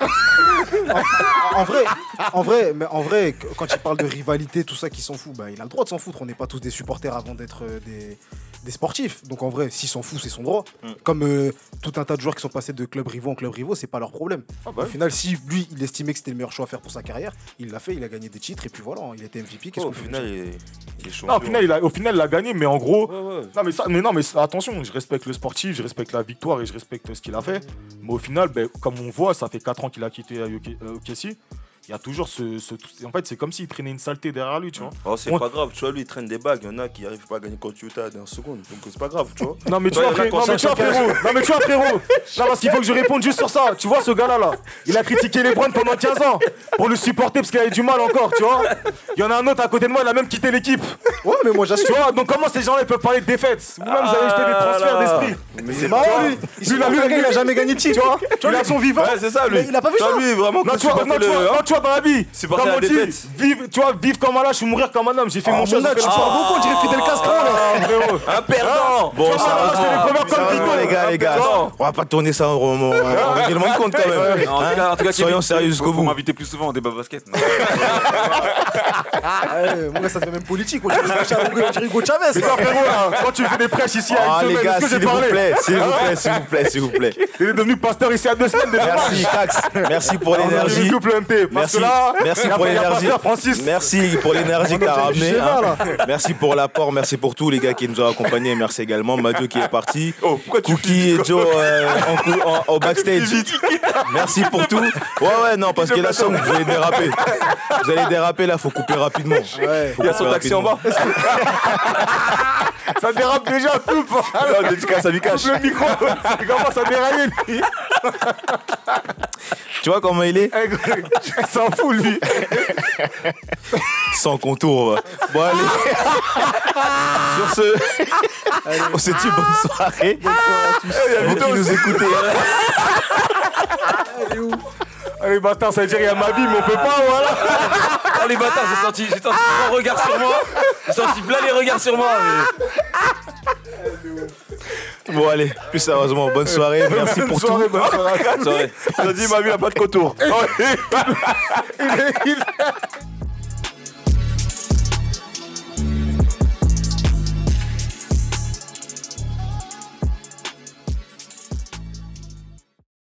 F: en vrai, quand il parle de rivalité, tout ça qui s'en fout, bah, il a le droit de s'en foutre. On n'est pas tous des supporters avant d'être des sportifs. Donc en vrai, s'il s'en fout, c'est son droit. Comme tout un tas de joueurs qui sont passés de club rivaux en club rivaux, c'est pas leur problème. Au final, si lui, il estimait que c'était le meilleur choix à faire pour sa carrière, il l'a fait, il a gagné des titres et puis voilà, il était MVP.
C: Au final, il est champion.
G: Non, au final, il a gagné, mais en gros, non mais attention, je respecte le sportif, je respecte la victoire et je respecte ce qu'il a fait. Mais au final, comme on voit, ça fait 4 ans qu'il a quitté OKC. Il y a toujours en fait, c'est comme s'il traînait une saleté derrière lui, tu vois.
C: Oh, c'est pas grave, tu vois, lui il traîne des bagues. Il y en a qui n'arrivent pas à gagner contre Utah dans une seconde. Donc c'est pas grave, tu vois.
G: Non, mais tu vois, frérot. Non, parce qu'il faut que je réponde juste sur ça. Tu vois, ce gars-là, il a critiqué les Browns pendant 15 ans pour le supporter parce qu'il avait du mal encore, tu vois. Il y en a un autre à côté de moi, il a même quitté l'équipe.
F: Ouais, mais moi j'assume.
G: Tu vois, donc comment ces gens-là ils peuvent parler de défaite? Vous-même, vous avez jeté des transferts d'esprit.
F: Mais c'est marrant, lui. Il a jamais gagné de titre, tu vois. Il a son vivant.
C: Ouais, c'est ça, lui.
F: Il a pas vu ça.
C: Lui, vraiment,
G: non, tu tu vois, dans la vie,
C: Supporter
G: comme
C: la
G: on dit,
C: défaite.
G: vivre comme un lâche ou mourir comme un homme. J'ai fait mon choix.
F: Mon gars, tu parles beaucoup, on dirait Fidel Castro là.
G: frérot.
C: Un perdant.
B: Bon,
G: sérieusement,
B: les gars. On va pas tourner ça en règlement de compte quand même.
D: En tout cas,
B: Soyons sérieux jusqu'au
D: faut
B: bout.
D: m'inviter plus souvent au débat basket.
F: Mon gars, ça devient même politique. On dirait Hugo Chavez.
G: Mais toi, frérot, là, quand tu fais des prêches ici à
B: Ah,
G: une
B: les
G: semaine,
B: gars,
G: est-ce que j'ai
B: s'il vous
G: parlé
B: plaît, s'il vous plaît.
G: Il est devenu pasteur ici à 2 semaines déjà.
B: Merci, Cax. Merci pour
G: On a
B: l'énergie.
G: le double MP. Parce
B: Merci,
G: que là,
B: merci
G: il y a
B: pour
G: pas
B: l'énergie.
G: pasteur Francis.
B: Merci pour l'énergie que t'as
F: On a déjà
B: ramené.
F: du schéma, là.
B: Merci pour l'apport, merci pour tous les gars qui nous ont accompagnés. Merci également Madio qui est parti.
C: Oh, pourquoi tu
B: Cookie et Joe au backstage. Merci pour tout. Ouais, non, parce que là, ça, vous allez déraper. Vous allez déraper là, faut couper rapidement.
F: Ouais.
C: Il y a son taxi en bas.
G: Ça dérape déjà tout.
C: Non, dédicace à Vikash.
G: Le micro, il commence à dérailler lui.
B: Tu vois comment il est?
G: Il s'en fout lui.
B: Sans contour. Bon, allez. Sur ce, on se dit bonne soirée. Vous qui nous écoutez.
G: Allez, bâtard, ça veut dire qu'il y a ma vie, mais on peut pas, voilà.
D: Allez, bâtard, j'ai senti plein de regards sur moi. J'ai senti plein les regards sur moi.
B: Bon, allez, plus sérieusement, bonne soirée. Merci pour tout.
G: Bonne soirée.
C: On a dit ma vie n'a pas de contour.
G: Il est-